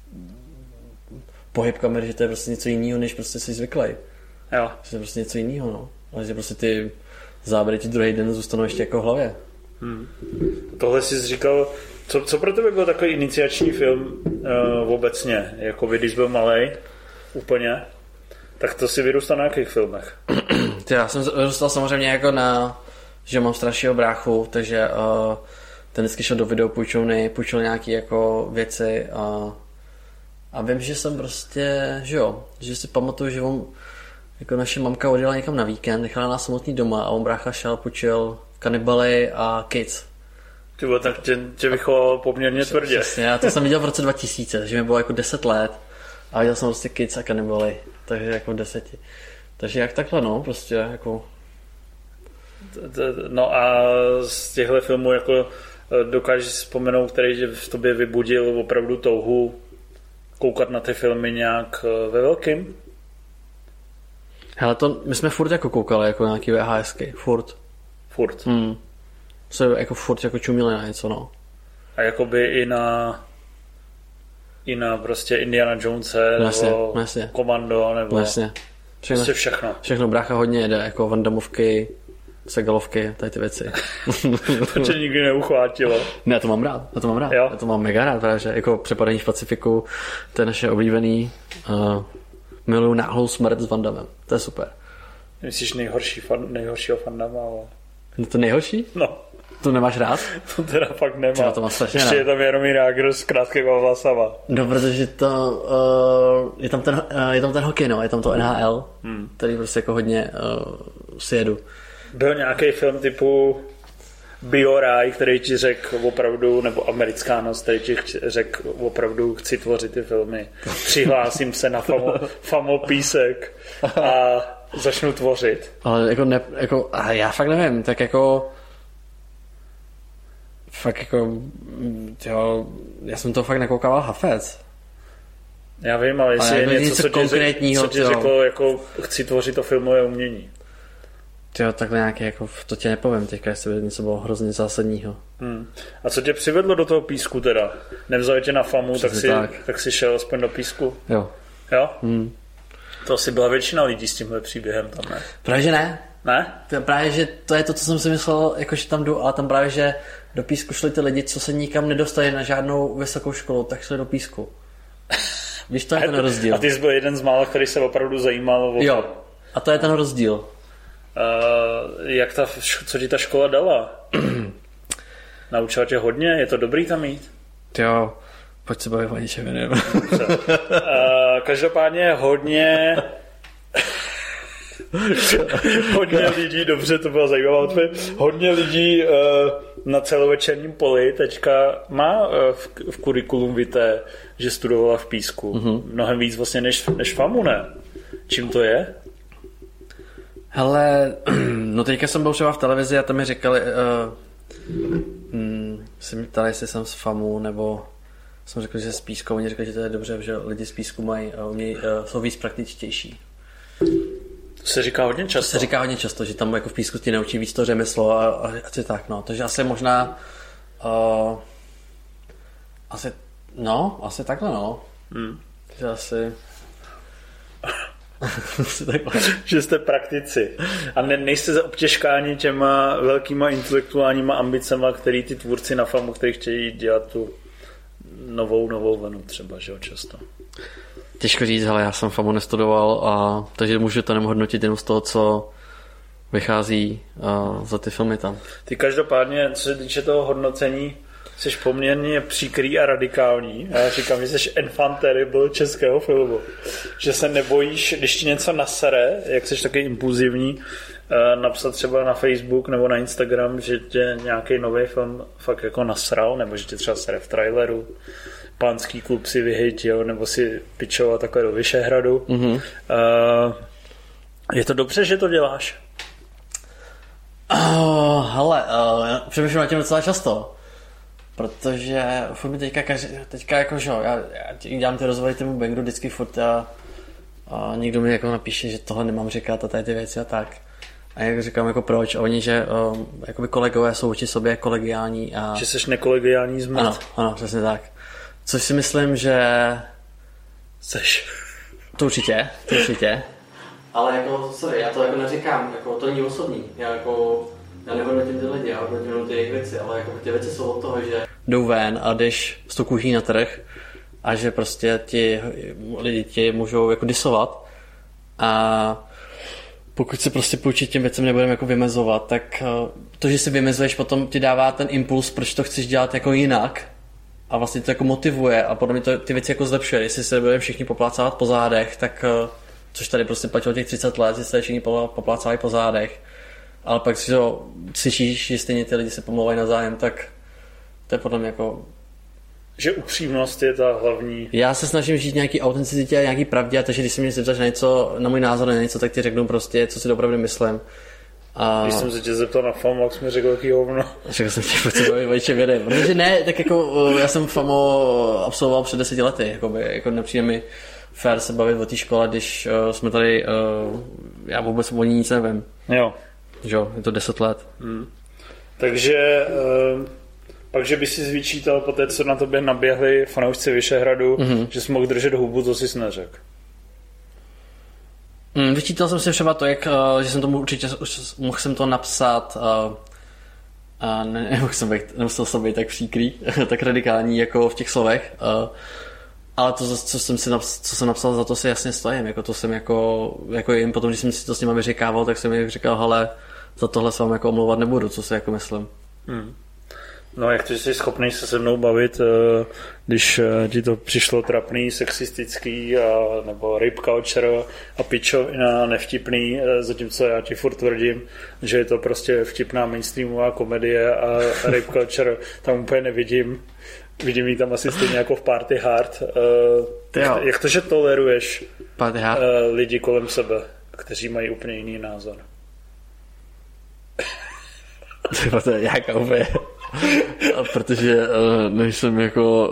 pohyb kamery, že to je prostě něco jiného, než prostě jsi zvyklý. Jo. Že to je prostě něco jiného, no. Ale že prostě ty záběry ti druhý den zůstanou ještě jako v hlavě. Tohle jsi říkal, co pro tebe byl takový iniciační film obecně, jako když byl malej, úplně, tak to si vyrůstal na jakých filmech? Já jsem vyrůstal samozřejmě jako že mám staršího bráchu, takže ten vždycky šel do videopůjčovny, půjčil nějaký jako věci a vím, že jsem prostě, že si pamatuju, že on, jako naše mamka odjela někam na víkend, nechala nás samotný doma a on brácha šel, půjčil Kanibaly a Kids. Ty bylo, tak tě vychoval poměrně tvrdě. Přesně, já to jsem viděl v roce 2000, takže mi bylo jako 10 let a viděl jsem prostě Kids a Kanibaly, takže jako 10. Takže jak takhle, no, prostě jako... No a z těchto filmů jako dokážeš vzpomenout, který v tobě vybudil opravdu touhu koukat na ty filmy nějak ve velkým? Hele, my jsme furt jako koukali jako nějaký VHSky, furt. Se jako furt jako čumili na něco, no. A jakoby i na prostě Indiana Jonese, nebo Komando, nebo prostě všechno. Všechno, brácha hodně jede, jako Van Dammovky, Segalovky, tady ty věci. To tě nikdy neuchvátilo. Ne, to mám rád. Já to mám mega rád, protože jako Přepadení v Pacifiku, to je naše oblíbený. Miluju Náhlou smrt s Van Dammem. To je super. Myslíš nejhoršího Van Damme? No to nejhorší? No. To nemáš rád? To teda fakt nemám. Třeba to mám strašně ještě rád. Je tam Jaromír Jágr s krátkýma vlasama. No, protože je tam ten hokej, no. Je tam to NHL, který prostě jako hodně si jedu. Byl nějaký film typu Bioraj, který ti řekl opravdu, nebo Americká noc, který ti řekl opravdu, chci tvořit ty filmy. Přihlásím se na Famopísek a začnu tvořit. Ale jako já fakt nevím, tak jako fakt jako já jsem to fakt nekoukával Hafec. Já vím, ale jestli je něco konkrétního, co ti řeklo, jako chci tvořit to filmové umění. Jo, takhle nějaký, jako to tě nepovím teďka, jestli by něco bylo hrozně zásadního. A co tě přivedlo do toho písku teda? Nevzali tě na Famu, tak si šel aspoň do písku? Jo? To asi byla většina lidí s tímhle příběhem tam, ne? Právě že ne. Ne? To je právě, že to je to, co jsem si myslel, jako že tam jdu, ale tam právě, že do písku šli ty lidi, co se nikam nedostali na žádnou vysokou školu, tak šli do písku. Víš, to je ten rozdíl. A ty jsi byl jeden z mála, který se opravdu zajímal o... Jo, a to je ten rozdíl. Co ti ta škola dala? Naučila tě hodně? Je to dobrý tam jít? Jo, pojď se bavit o ničem jiném. Každopádně hodně lidí, dobře, to byla zajímavá odpověď, hodně lidí na celovečerním poli teďka má v kurikulum vitae, že studovala v písku. Mnohem víc vlastně než Famu, ne? Čím to je? Hele, no teďka jsem byl třeba v televizi a tam mi říkali, si mi ptali, jestli jsem z Famu, nebo jsem řekl, že z písku, oni řekli, že to je dobře, že lidi z písku jsou víc praktičtější. To se říká hodně často. To se říká hodně často, že tam jako v písku ti naučí víc to řemeslo a tak, no. Takže asi možná Asi takhle, no. Takže asi takhle. Že jste praktici. A nejste obtěžkáni těma velkýma intelektuálníma ambicema, který ty tvůrci na FAMu, kteří chtějí dělat tu novou vlnu třeba, že jo, často. Těžko říct, ale já jsem FAMu nestudoval, takže můžu to hodnotit jenom z toho, co vychází za ty filmy tam. Ty každopádně, co se týče toho hodnocení, jsi poměrně příkrý a radikální. Já říkám, že jsi enfant terrible českého filmu. Že se nebojíš, když ti něco nasere, jak jsi taky impulzivní, napsat třeba na Facebook nebo na Instagram, že tě nějaký nový film fakt jako nasral, nebo že tě třeba sere v traileru, Pánský klub si vyhejtil, nebo si pičoval takhle do Vyšehradu. Mm-hmm. Je to dobře, že to děláš? Přemýšlím na tím docela často. Protože furt mi teďka jako, že já dělám ty rozhovory tomu Bangru vždycky furt a někdo mi jako napíše, že tohle nemám říkat a tady ty věci a tak. A jak říkám, jako proč? A oni, že jakoby kolegové jsou vůči sobě kolegiální a... Že jsi nekolegiální zmrt. Ano, přesně tak. Což si myslím, že... Seš. To určitě. Ale jako, sorry, já to jako neříkám, jako to není osobní. Já nehodnotím ty lidi, já hodnotím jenom ty jejich věci, ale jako ty věci jsou od toho, že jdou ven a jdeš s tou kuchyní na trh a že prostě ti lidi ti můžou jako disovat a pokud se prostě půjčit těm věcem nebudeme jako vymezovat, tak to, že si vymezuješ, potom ti dává ten impuls, proč to chceš dělat jako jinak a vlastně to jako motivuje a potom to ty věci jako zlepšuje. Jestli se budeme všichni poplácávat po zádech, tak což tady prostě platilo těch 30 let, že se všichni poplácávají po zádech, ale pak si to slyšíš, že stejně ty lidi se pomlouvají na zájem, tak to je podle mě jako... Že upřímnost je ta hlavní... Já se snažím žít nějaký autenticitě a nějaký pravdě, takže když se mě zeptáš na můj názor na něco, tak ti řeknu prostě, co si opravdu myslím. Když jsem se tě zeptal na FAMu, jak jsi mi řekl, jaký hovno. Řekl jsem ti, proč se baví o čem jedem. Protože ne, tak jako já jsem FAMu absolvoval před 10 lety, jako nepřijde mi fér se bavit o té škole, když jsme tady, já vůbec o ní nic nevím. Jo. Jo, je to 10 let. Takže pak, že by si vyčítal po té, co na tobě naběhli fanoušci Vyšehradu, že jsi mohl držet hubu, to jsi neřekl. Vyčítal jsem si třeba to, že jsem tomu určitě mohl jsem to napsat a nemusel jsem být tak příkrý, tak radikální jako v těch slovech. Ale to, co jsem napsal, za to si jasně stojím. Jako to jsem jako jim potom, když jsem si to s nima vyříkával, tak jsem jim říkal, hele, za tohle se vám jako omlouvat nebudu, co si jako myslím. No, jak to, že jsi schopný se mnou bavit, když ti to přišlo trapný, sexistický, nebo rape culture a pičovina nevtipný, zatímco já ti furt tvrdím, že je to prostě vtipná mainstreamová komedie a rape culture tam úplně nevidím. Vidím ji tam asi stejně jako v Party Hard. Jak to, že toleruješ lidi kolem sebe, kteří mají úplně jiný názor? To je nějaká úplně... Protože nejsem jako...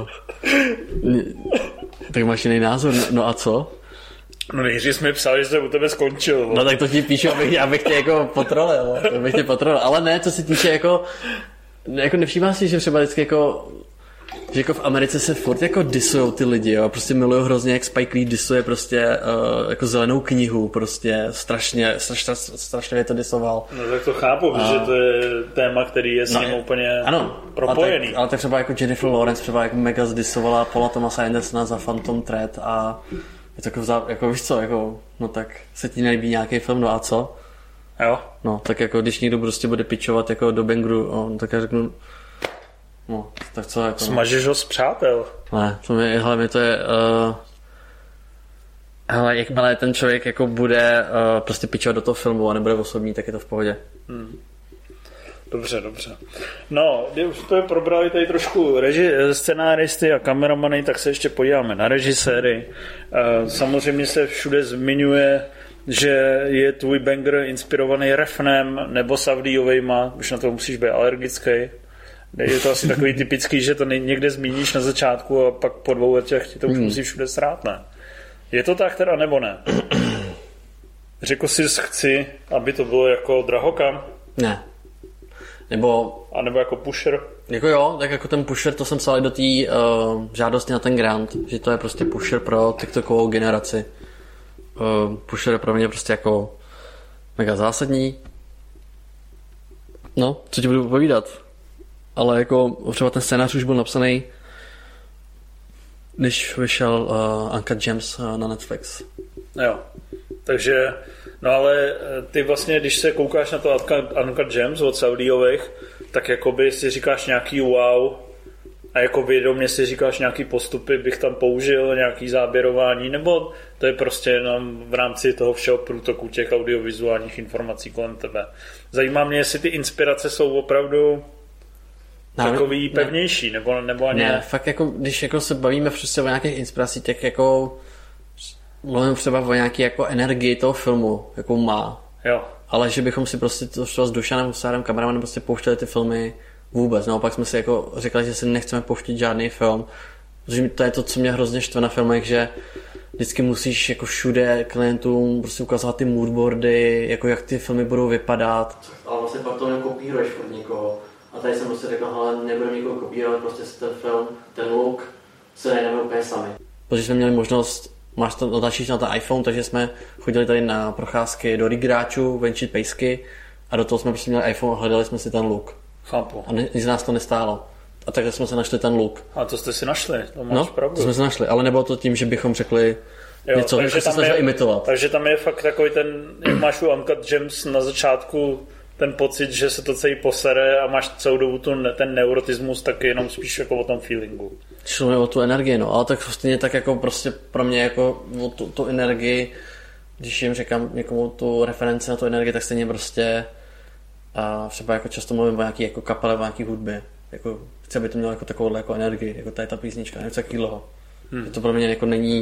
tak máš jiný názor, no a co? No nejdřív jsme psali, že se u tebe skončil. No tak to ti píšu, abych tě jako potrolil. Ale ne, co se týče jako nevšímá si, že třeba vždycky že jako v Americe se furt jako disujou ty lidi, jo, prostě milují hrozně, jak Spike Lee disuje prostě jako Zelenou knihu, prostě strašně je to disoval. No tak to chápu, protože to je téma, který je s ním úplně propojený. Ale tak třeba jako Jennifer Lawrence třeba jako mega zdisovala Paula Thomase Andersona za Phantom Thread a je to jako víš co, jako, no tak se ti nelíbí nějaký film, no a co? Jo. No, tak jako když někdo prostě bude pitchovat jako do Bangru, no, tak já řeknu, no, tak co jako... Smažeš ho z přátel. Ne, hlavně to je... hele, jakmile ten člověk jako bude prostě pitchovat do toho filmu a nebude osobní, tak je to v pohodě. Dobře. No, když jsme probrali tady trošku scenáristy a kameramany, tak se ještě podíváme na režiséry. Samozřejmě se všude zmiňuje, že je tvůj banger inspirovaný Refnem nebo Savdijovejma, už na to musíš být alergický. Je to asi takový typický, že to někde zmíníš na začátku a pak po 2 letech ti to už musí všude srát, ne? Je to tak teda nebo ne? Řekl jsi, chci, aby to bylo jako Drahokam? Ne. A nebo jako pusher? Jako jo, tak jako ten pusher, to jsem psal i do té žádosti na ten grant, že to je prostě pusher pro TikTokovou generaci. Pusher je pro mě prostě jako mega zásadní. No, co ti budu povídat? Ale jako třeba ten scénář už byl napsaný, když vyšel Uncut Gems na Netflix. Jo, takže, no ale ty vlastně, když se koukáš na to Uncut Gems od Saudiových, tak jakoby si říkáš nějaký wow a jako vědomě si říkáš nějaký postupy bych tam použil, nějaký záběrování, nebo to je prostě jenom v rámci toho všeho průtoku těch audiovizuálních informací kolem tebe. Zajímá mě, jestli ty inspirace jsou opravdu takový pevnější, nebo ani ne. Fakt jako, když jako se bavíme prostě o nějakých inspiracích, tak jako mluvím třeba o nějaké jako energii toho filmu, jakou má. Jo. Ale že bychom si prostě to s Dušanem Husárem kameramanem prostě pouštěli ty filmy vůbec. Naopak jsme si jako řekli, že si nechceme pouštět žádný film. Protože to je to, co mě hrozně štve na filmech, že vždycky musíš jako všude klientům prostě ukazovat ty moodboardy, jako jak ty filmy budou vypadat. Ale vlastně pak to nekopíruješ od někoho. A tady jsem prostě řekl, hele, nebudeme nikoho kopírovat, prostě ten film, ten look se najdeme úplně sami. Protože jsme měli možnost, natáčíš na ten iPhone, takže jsme chodili tady na procházky do rigráčů, venčit pejsky a do toho jsme prostě měli iPhone a hledali jsme si ten look. Chápu. A nic z nás to nestálo. A takže jsme se našli ten look. A to jste si našli, to máš pravdu. To jsme se našli, ale nebylo to tím, že bychom řekli něco, jako se snažil imitovat. Takže tam je fakt takový ten, jak máš u Uncut Gems na začátku ten pocit, že se to celý posere a máš celou dobu ten neurotismus, tak jenom spíš jako o tom feelingu. Šlo mi o tu energii, no, ale tak stejně tak jako prostě pro mě jako o tu energii, když jim říkám někomu tu referenci na tu energii, tak stejně prostě a třeba jako často mluvím o nějaký jako kapele, o nějaký hudbě. Jako chci, aby to mělo jako takovou jako energii, jako tady ta písnička, něco takového. To pro mě jako není,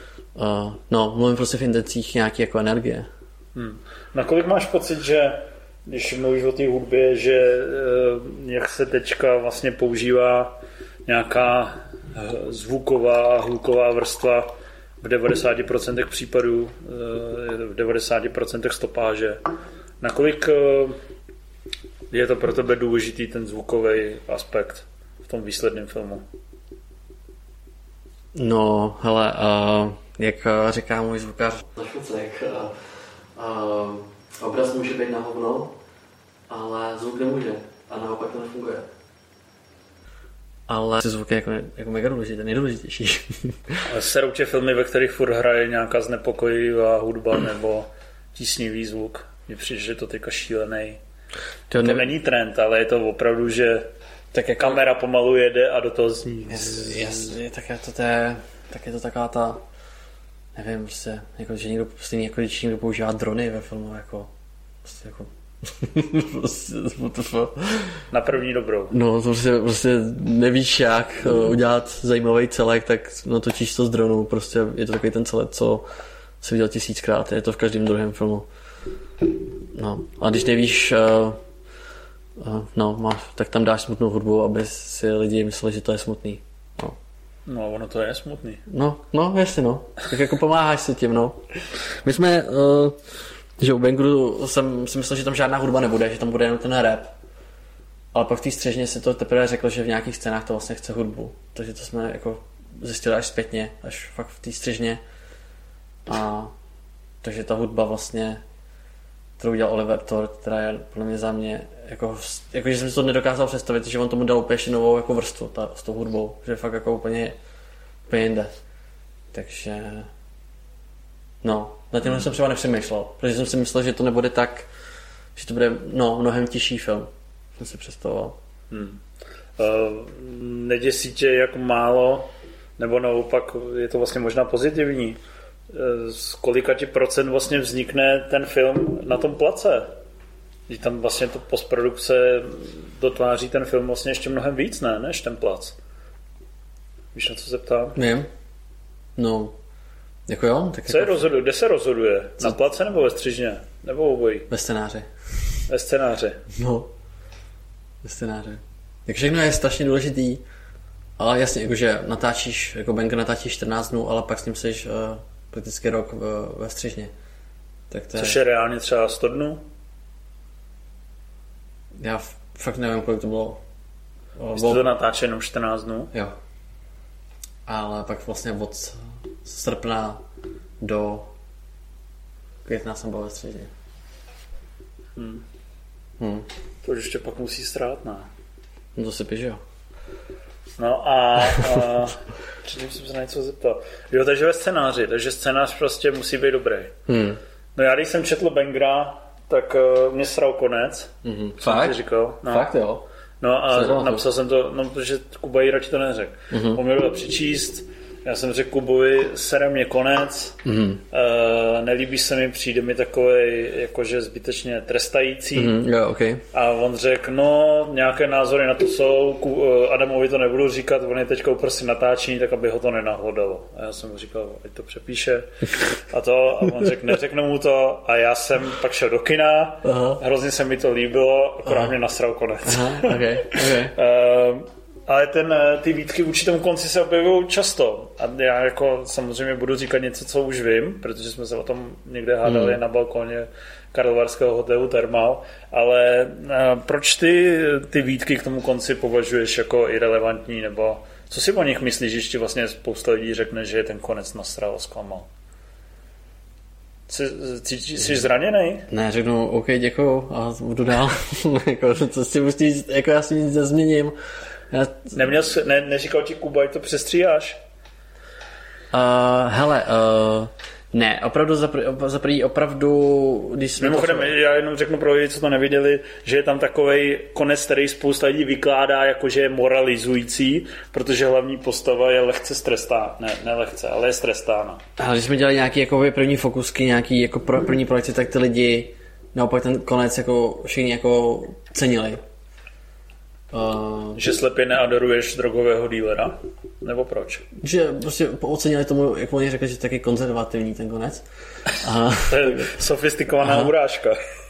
mluvím prostě v intencích nějaký jako energie. Nakolik máš pocit, že když mluvíš o té hudbě, že jak se teďka vlastně používá nějaká zvuková, hluková vrstva v 90% případů, v 90% stopáže. Nakolik je to pro tebe důležitý ten zvukový aspekt v tom výsledném filmu? No, hele, jak říká můj zvukař na Švicek, obraz může být na hovno, ale zvuk nemůže a naopak to nefunguje. Ale zvuk je jako mega důležitý, nejdůležitější. Ale serou tě filmy, ve kterých furt hraje nějaká znepokojivá hudba nebo tísnivý zvuk. Mně přijde, že to teďka šílený. To není trend, ale je to opravdu, že tak jako kamera pomalu jede a do toho zní. Jasně, tak je to taková ta, nevím, prostě, jako, že někdo, stejně jako když někdo používá drony ve filmu, jako, prostě jako, na první dobrou. No, to prostě nevíš, jak udělat zajímavý celek, tak natočíš to z dronu, prostě je to takový ten celek, co se viděl 1000krát, je to v každém druhém filmu. No, a když nevíš, tak tam dáš smutnou hudbu, aby si lidi mysleli, že to je smutný. No, ono to je smutný. No, jasně, no. Tak jako pomáháš si tím, no. My jsme, že u Bangru jsem si myslel, že tam žádná hudba nebude, že tam bude jenom ten rap. Ale pak v té střežně si to teprve řekl, že v nějakých scénách to vlastně chce hudbu. Takže to jsme jako zjistili až zpětně, až fakt v té střežně. A takže ta hudba vlastně, kterou udělal Oliver Thor, která je podle mě za mě, jako že jsem si to nedokázal představit, že on tomu dal úplně novou jako vrstvu s tou hudbou, že fakt jako úplně jinde. Takže no, na tímhle jsem třeba nepřemýšlel, protože jsem si myslel, že to nebude tak, že to bude mnohem těžší film, jsem si představoval. Neděsí tě, jak málo, nebo naopak je to vlastně možná pozitivní, z kolika ti procent vlastně vznikne ten film na tom place? Když tam vlastně to postprodukce dotváří ten film vlastně ještě mnohem víc, ne, než ten plac. Víš, na co se ptám? Vím. No, jako jo. Tak co jako... rozhoduje? Kde se rozhoduje? Co? Na place nebo ve střižně? Nebo obojí? Ve scénáři. Ve scénáři. No, ve scénáři. Tak všechno je strašně důležitý, ale jasně, jakože natáčíš, jako Banger natáčíš 14 dnů, ale pak s ním jsi prakticky rok ve střižně. Tak to což je reálně třeba 100 dnů? Já fakt nevím, kolik to bylo. Jste to natáčeli jenom 14 dnů? Jo. Ale pak vlastně od srpna do května jsem byl ve středě. To ještě pak musí strát, ne? No to si píš, jo. No a předtím jsem se na něco zeptal. Jo, takže ve scénáři, takže scénář prostě musí být dobrý. No já když jsem četl Bangera, tak mě sral konec. Fakt? Říkal. No. Fakt jo? No a napsal jsem to, no protože Kuba jí radši to neřekl. On mě byl přečíst, já jsem řekl Kubovi, sere mě konec, nelíbí se mi, přijde mi takovej jakože zbytečně trestající. Jo, okay. A on řekl, no nějaké názory na to jsou, Adamovi to nebudu říkat, on je teďka uprostřed natáčení, tak aby ho to nenahlodalo. A já jsem mu říkal, ať to přepíše a on řekl, neřeknu mu to a já jsem pak šel do kina, hrozně se mi to líbilo, akorát mě nasral konec. Okay. Ale ty výtky vůči tomu konci se objevují často. A já jako samozřejmě budu říkat něco, co už vím, protože jsme se o tom někde hádali na balkoně Karlovarského hotelu Thermal. Ale proč ty výtky k tomu konci považuješ jako irelevantní? Nebo co si o nich myslíš, když ti vlastně spousta lidí řekne, že je ten konec nasral a zklamal? Jsi zraněnej? Ne, řeknu, OK, děkuju a budu dál. Jako, co si musíš, jako já si nic nezměním. Neříkal ti Kuba, jak to přestříháš? Ne, opravdu opravdu, když jsme mimochodem, já jenom řeknu pro lidi, co to neviděli, že je tam takovej konec, který spousta lidí vykládá, jakože je moralizující, protože hlavní postava je lehce strestána. Ne lehce, ale je strestána. Ale když jsme dělali nějaký jako první fokusky, nějaký jako první projekci, tak ty lidi naopak ten konec jako všichni jako cenili. Že slepě neadoruješ drogového dílera? Nebo proč? Že prostě ocenili tomu, jak oni řekli, že taky konzervativní ten konec. To je sofistikovaná urážka.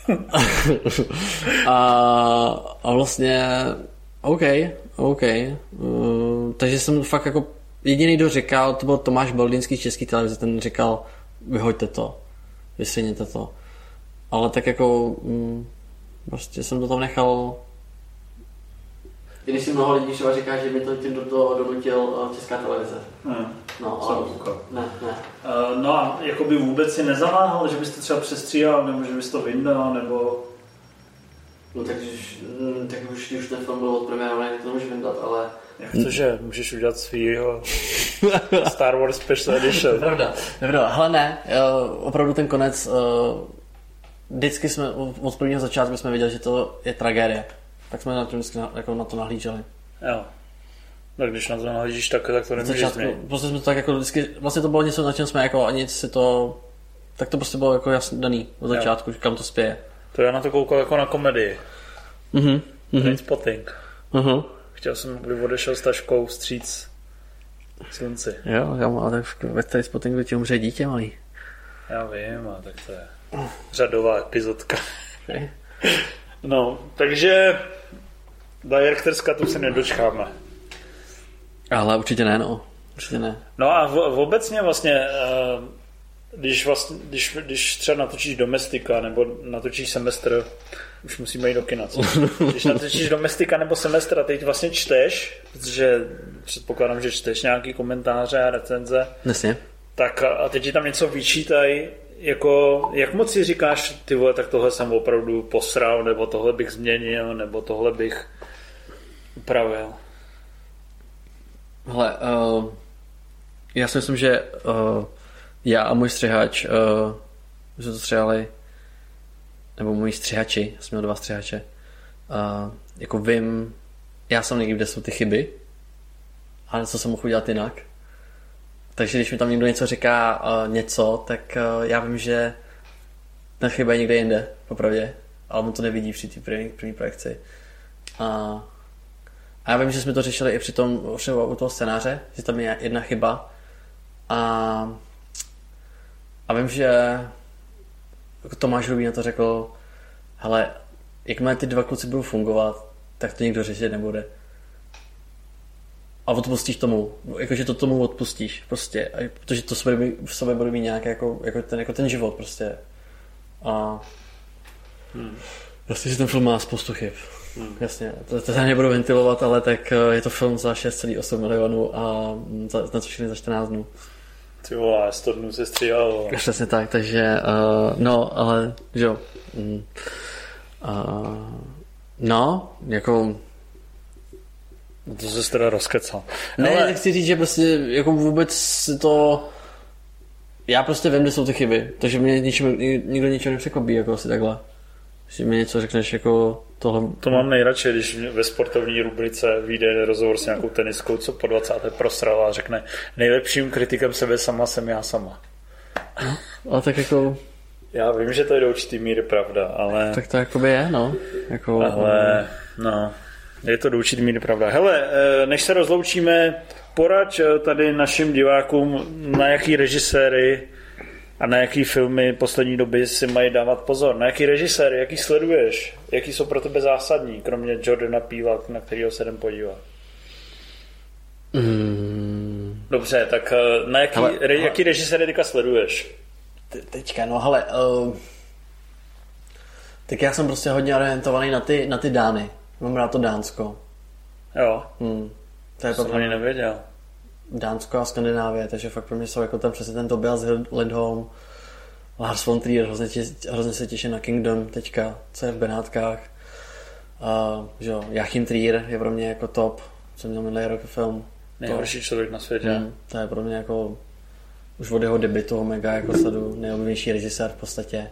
a vlastně OK. Takže jsem fakt jako jediný, kdo říkal, to byl Tomáš Beldinský z České televize, ten říkal, vyhoďte to, vysvětněte to. Ale tak jako prostě jsem to tam nechal. Když si mnoho lidí třeba říká, že mi to tím do toho donutil Česká televize. Ne. No a jakoby vůbec si nezamáhal, že byste třeba přestříhal, nebo že bys to vyndal, nebo... No tak už ten film byl odpremiérovaný, to nemůžu vyndat, ale... Jak to, že můžeš udělat svýho Star Wars Special Edition? Pravda. Hele ne, opravdu ten konec, vždycky jsme od prvního začátku jsme viděli, že to je tragédie. Tak jsme na to nahlíželi. Jo. Tak když na to nahlížíš, tak to nemůžeš změnit. Prostě jsme to tak jako vždycky, vlastně to bylo něco, na čem jsme jako ani si to, tak to prostě bylo jako jasně daný od začátku, kam to spěje. To já na to koukal jako na komedii. Trainspotting. Chtěl jsem, kdyby odešel s taškou vstříc slunci. Jo, ale tak ve Trainspottingu ti umře dítě malý. Já vím, a tak to je řadová epizodka. Okay. No, takže Director's Cutu se nedočkáme. Ale určitě ne, no. Určitě ne. No a obecně vlastně, když třeba natočíš Domestika nebo natočíš Semestr, už musíme jít do kina, co? Když natočíš Domestika nebo Semestr a teď vlastně čteš, protože předpokládám, že čteš nějaký komentáře a recenze. Jasně. Tak a teď ti tam něco vyčítají, jako, jak moc si říkáš, ty vole, tak tohle jsem opravdu posral, nebo tohle bych změnil, nebo tohle bych upravil? Hele, já si myslím, že já a můj střihač jsme to střihali, nebo moji střihači, já jsem měl 2 střihače, jako vím, já jsem někdy, kde jsou ty chyby, ale co jsem mohl udělat jinak. Takže když mi tam někdo něco říká něco, tak já vím, že ta chyba je někde jinde, popravdě, ale on to nevidí při té první projekci. A já vím, že jsme to řešili i při tom, třeba u toho scénáře, že tam je jedna chyba. A vím, že jako Tomáš Hrubý na to řekl, hele, jakmile ty 2 kluci budou fungovat, tak to nikdo řešit nebude. A odpustíš tomu, jakože to tomu odpustíš prostě, protože to v sobě bude mít nějak jako ten život prostě. A vlastně, že ten film má spoustu chyb. Jasně, to nebudu ventilovat, ale tak je to film za 6,8 milionů a natočený za 14 dnů. Ty vole, 100 dnů se stříhalo. Přesně tak, takže no, ale že jo. No, jako... To se teda rozkecal. Ne, ale... chci říct, že prostě jako vůbec to... Já prostě vím, kde jsou ty chyby, takže mě nikdo ničeho nepřekvapí, jako asi takhle. Když mi něco řekneš jako tohle... To mám nejradši, když ve sportovní rubrice vyjde rozhovor s nějakou teniskou, co po 20. prosrala a řekne nejlepším kritikem sebe sama jsem já sama. No, ale tak jako... Já vím, že to je do určitý míry pravda, ale... Tak to jakoby je, no. Jako... Ale, no, je to do určitý míry pravda. Hele, než se rozloučíme, poraď tady našim divákům, na jaký režiséry a na jaký filmy poslední doby si mají dávat pozor. Na jaký režiséry, jaký sleduješ, jaký jsou pro tebe zásadní, kromě Jordana Peela, na kterého se jdem podívat. Dobře, tak na jaký režiséry teďka sleduješ? Teďka, no hele, tak já jsem prostě hodně orientovaný na ty Dány. Mám rád to Dánsko. Jo. To je jsem ani nevěděl. Dánsko a Skandinávie, takže fakt pro mě jsou jako tam přesně ten Tobias Lindholm, Lars von Trier, hrozně se těším na Kingdom teďka, co je v Benátkách. Že jo, Joachim Trier je pro mě jako top, co měl minulý rok film. Nejhorší člověk na světě. To je pro mě jako už od jeho debutu mega jako sledu nejoblíbenější režisér v podstatě.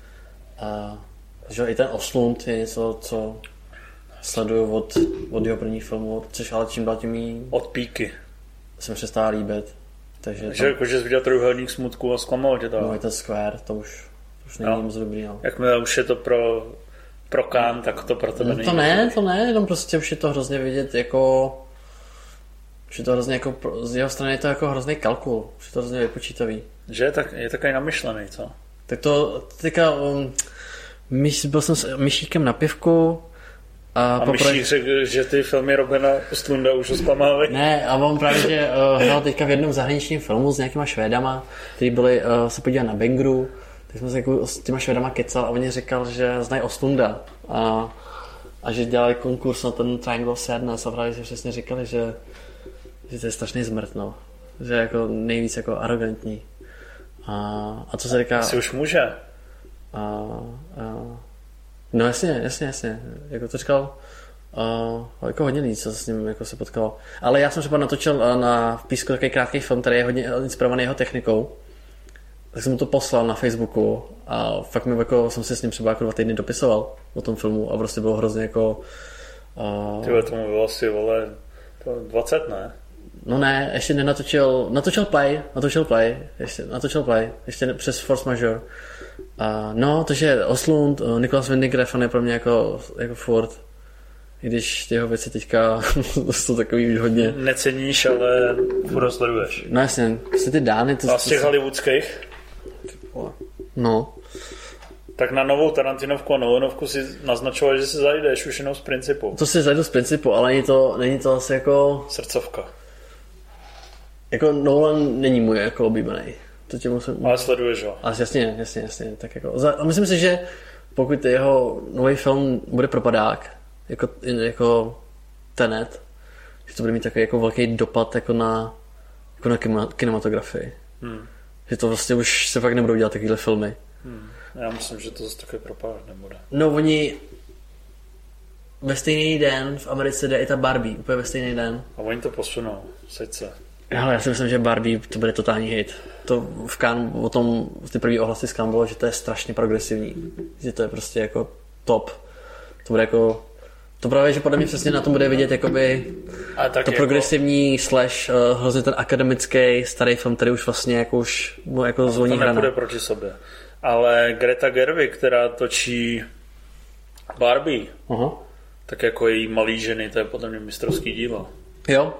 Že jo, i ten Oslund je něco, co sleduju od jeho prvních filmů, což ale čím dál tím od Píky se mi přestává líbit. Takže jsi viděl Trojúhelník smutku a zklamal tě to. No, je ten Square, to už není moc dobrý. No. Jakmile už je to pro Cannes, tak to pro tebe není. To ne, jenom prostě už je to hrozně vidět jako... Už je to hrozně jako... Z jeho strany je to jako hrozný kalkul, už je to hrozně vypočítavý. Že je takový namyšlený, co? Tak to teďka... byl jsem s Myšíkem na pivku a Myšík řekl, že ty filmy Robena Östlunda už ho zklamávají. Ne, a on právě, že hrál teďka v jednom zahraničním filmu s nějakýma Švédama, kteří byli se podívat na Bengru, tak jsme se jako s těma Švédama kecal a oni říkal, že znají Östlunda a že dělali konkurs na ten Triangle of Sadness a právě si přesně říkali, že to je strašný zmrt, no. Že je jako nejvíc jako arrogantní. A co se říká... Asi už může. No jasně, jako to říkal jako hodně lidí, co se s ním jako se potkalo. Ale já jsem třeba natočil v Písku takový krátký film, který je hodně inspirovaný jeho technikou. Tak jsem mu to poslal na Facebooku a fakt mi jako, jsem si s ním třeba jako 2 týdny dopisoval o tom filmu a prostě bylo hrozně jako... Tyhle tomu bylo asi, vole, to 20, ne? No ne, ještě natočil play, ještě přes Force Majeure. No, takže Östlund, Nicolas Winding Refn je pro mě jako furt, i když ty jeho věci teďka jsou takový už hodně... Neceníš, ale furt sleduješ. No jasně, prostě ty Dány... A z těch hollywoodských? No. Tak na novou Tarantinovku a Nolanovku si naznačoval, že si zajdeš už jenom z principu. To si zajdu z principu, ale není to asi jako... Srdcovka. Jako Nolan není můj jako oblíbený. To tě musím... Ale sleduješ ho. Ale jasně. Tak jako... A myslím si, že pokud jeho nový film bude propadák, jako Tenet, že to bude mít takový jako velký dopad jako na kinematografii. Že to vlastně už se fakt nebudou dělat takovýhle filmy. Já myslím, že to zase takový propadák nebude. No oni ve stejný den v Americe jde i ta Barbie, úplně ve stejný den. A oni to posunou, sice. Ale já si myslím, že Barbie to bude totální hit. To v Cannes, o tom ty první ohlasy z Cannes bylo, že to je strašně progresivní. Že to je prostě jako top. To bude jako... To právě, že podle mě přesně na tom bude vidět jakoby to jako... progresivní / hrozně ten akademický starý film, který už vlastně jako už jako zvoní hrana. To nepůjde proti sobě. Ale Greta Gerwig, která točí Barbie, tak jako její malý ženy, to je podle mě mistrovský dílo. Jo.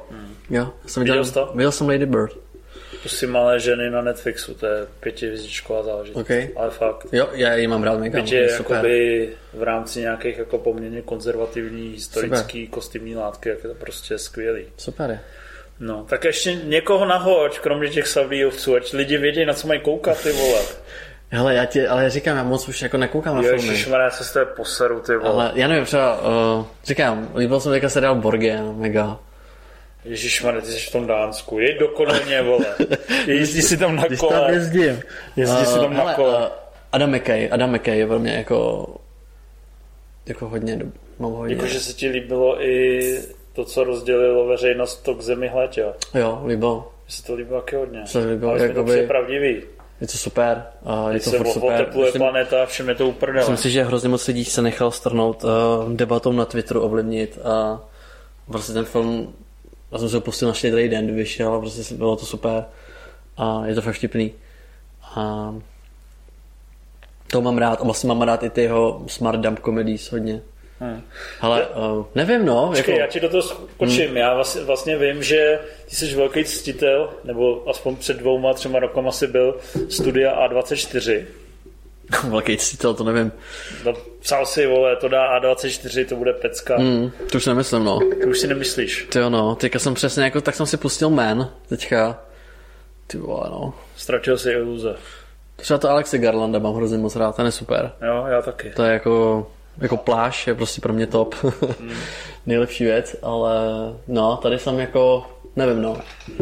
Viděl jsem Lady Bird. Pusty malé ženy na Netflixu, to je 5hvězdičková záležitost. Okay. Ale fakt. Jo, já ji mám rád mega. Byť je jakoby v rámci nějakých jako poměrně konzervativní historický kostýmní látky, jak je to prostě skvělý. Super je. No, tak ještě někoho nahoď, kromě těch savlíjovců, ať lidi vědí, na co mají koukat, ty vole. Hele, ale říkám, já moc už jako nekoukám na filmy. Ježišmarja, co jste poseru, ty vole. Ale já nevím, třeba, říkám, líbil jsem teďka seriál Borgia, mega. Ježišmarja, ty jsi v tom Dánsku, jeď do Kononě, vole. Jezdí si tam na kole. Když tam jezdím. Jezdí si tam na kole. Adam McKay je pro mě jako hodně, mám hodně. Jakože se ti líbilo i to, co rozdělilo veřejnost to k zemi hled, jo? Jo, líbilo. Mně se to líbilo taky hodně. Se líbilo, ale jsme to pravdivý. Je to super. Je to furt super. Otepluje planeta, všem je to uprdele. Myslím si, že hrozně moc lidí se nechal strhnout debatou na Twitteru ovlivnit a prostě ten film, já jsem se ho pustil na štědrý den, kdy vyšel a prostě bylo to super a je to fakt vtipný. A to mám rád a vlastně mám rád i ty jeho smart dump comedies hodně. Ale nevím, no. Počkej, já ti do toho skočím. Já vlastně vím, že ty jsi velký ctitel, nebo aspoň před 2-3 rokama si byl Studia A24. Velký ctitel, to nevím. No, psal si, vole, to dá A24, to bude pecka. To už nemyslím, no. To už si nemyslíš. Ty jo, no. Teďka jsem přesně jako, tak jsem si pustil Man, teďka. Ty vole, no. Ztratil si iluze. Třeba to Alexe Garlanda mám hrozně moc rád, ten je super. Jo, já taky. To je jako pláž je prostě pro mě top. Nejlepší věc, ale no, tady jsem jako, nevím, no.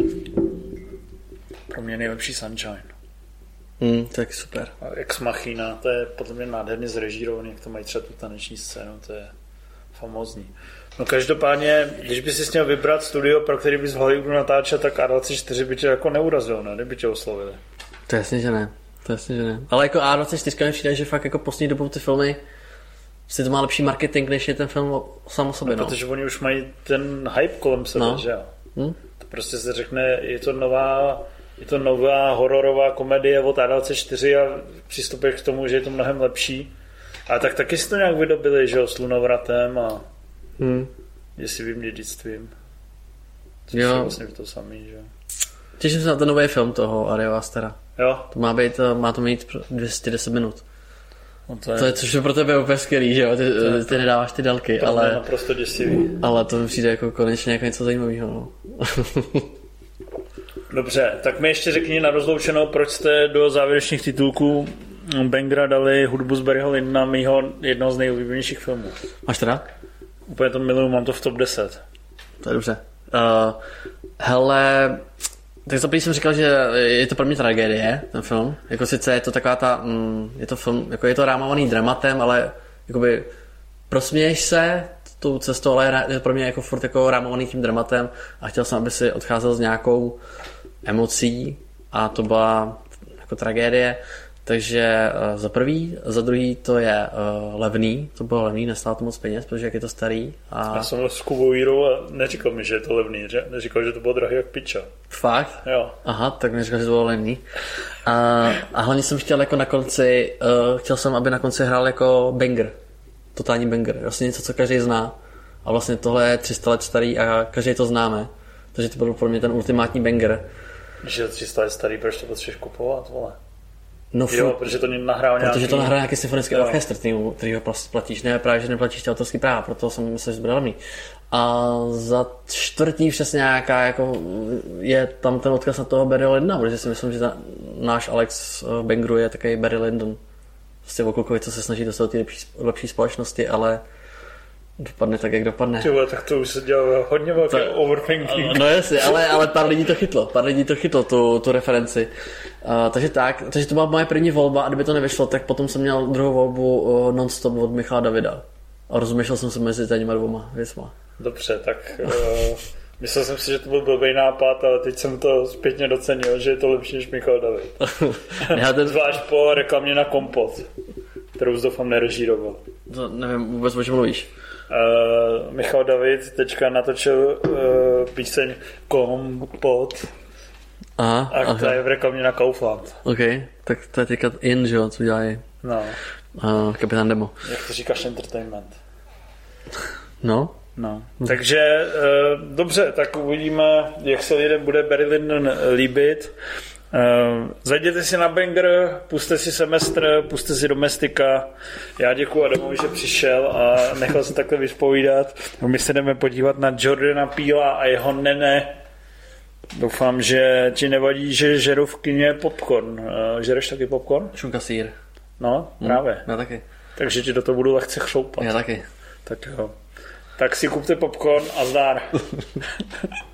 Pro mě nejlepší Sunshine. Tak super. A Ex Machina, to je podle mě nádherně zrežírovaný, jak to mají třeba tu taneční scénu, to je famózní. No každopádně, když bys si měl vybrat studio, pro který bys v Hollywoodu natáčel, tak A24 by tě jako neurazil, ne? Kdyby tě oslovili. To je jasně, že ne. Ale jako A24 mi přijde, že fakt jako poslední dobou ty filmy si to má lepší marketing, než je ten film sám o sobě, no. Protože oni už mají ten hype kolem sebe, že jo? To prostě se řekne, je to nová hororová komedie od A24 a přistupuješ k tomu, že je to mnohem lepší. Ale tak taky si to nějak vydobili, že jo, s Slunovratem a Děsivým dědictvím. Což je vlastně to samý, že jo. Těším se na ten nový film toho Ariho Astera. Jo. To má to mít 210 minut. No to je, což je pro tebe úplně skvělý, že jo? Ty nedáváš ty délky, ale... To je naprosto děsivý. Ale to mi přijde jako konečně jako něco zajímavého, no. Dobře, tak mi ještě řekni na rozloučenou, proč jste do závěrečných titulků Bangera dali hudbu z Barryho Lyndona, mýho jednoho z nejoblíbenějších filmů. Máš teda? Úplně to miluju, mám to v top 10. To je dobře. Hele, tak za první jsem říkal, že je to pro mě tragédie, ten film. Jako sice je to taková ta, je to film, jako je to rámovaný dramatem, ale jakoby prosměješ se tou cestou, ale je to pro mě jako furt jako rámovaný tím dramatem a chtěl jsem, aby si odcházel s nějakou emocí a to byla jako tragédie. Takže za prvý, za druhý to je levný, to bylo levný, nestálo to moc peněz, protože jak je to starý. A... Já jsem s Kubou Jírou a neříkal mi, že je to levný, neříkal, že to bylo drahý jak piča. Fakt? Jo. Aha, tak mi říkal, že to bylo levný. A hlavně jsem chtěl jako na konci, chtěl jsem, aby na konci hrál jako banger, totální banger, vlastně něco, co každý zná. A vlastně tohle je 300 let starý a každý to známe, takže to byl pro mě ten ultimátní banger. Když je 300 let starý, proč to potřebuješ kupovat, vole? No jo, protože to nahrál nějaký... Protože to nahrál nějaký symfonický orchestr, který ho platíš. Ne, právě, že neplatíš ty autorský práva, proto jsem myslel, že to bude levný. A za čtvrtý přesně nějaká, jako je tam ten odkaz na toho Barryho Lyndona, protože si myslím, že náš Alex Bangru je takový Barry Lyndon. Prostě okolo co se snaží dostat ty lepší společnosti, ale dopadne tak, jak dopadne. Tyhle, tak to už se dělalo hodně velký overthinking. No jasně, ale pár lidí to chytlo, tu referenci. Takže to byla moje první volba a kdyby to nevyšlo, tak potom jsem měl druhou volbu Non-Stop od Michala Davida. A rozmýšlel jsem se mezi těma dvěma věcma. Dobře, tak myslel jsem si, že to byl blbý nápad, ale teď jsem to zpětně docenil, že je to lepší než Michal David. Zvlášť po reklamě na kompot, kterou jsi doufám nerežíroval. To nevím vůbec, o čem mluvíš. Michal David teďka natočil píseň Kompot. Aha, a to je v reklamě na Kaufland. OK, tak to je teďka jen, že jo, co dělají. No. Kapitán Demo. Jak to říkáš, entertainment. No. Takže dobře, tak uvidíme, jak se lidem bude Barry Lyndon líbit. Zajděte si na Banger, puste si Semestr, puste si Domestika. Já děkuji Adamovi, že přišel a nechal se takhle vyspovídat. My se jdeme podívat na Jordana Peela a jeho Nene Doufám, že ti nevadí, že žeru v kině popcorn. Žereš taky popcorn? Šunka sýr. No, právě. Já taky. Takže ti do toho budu lehce chloupat. Já taky. Tak jo. Tak si kupte popcorn a zdar.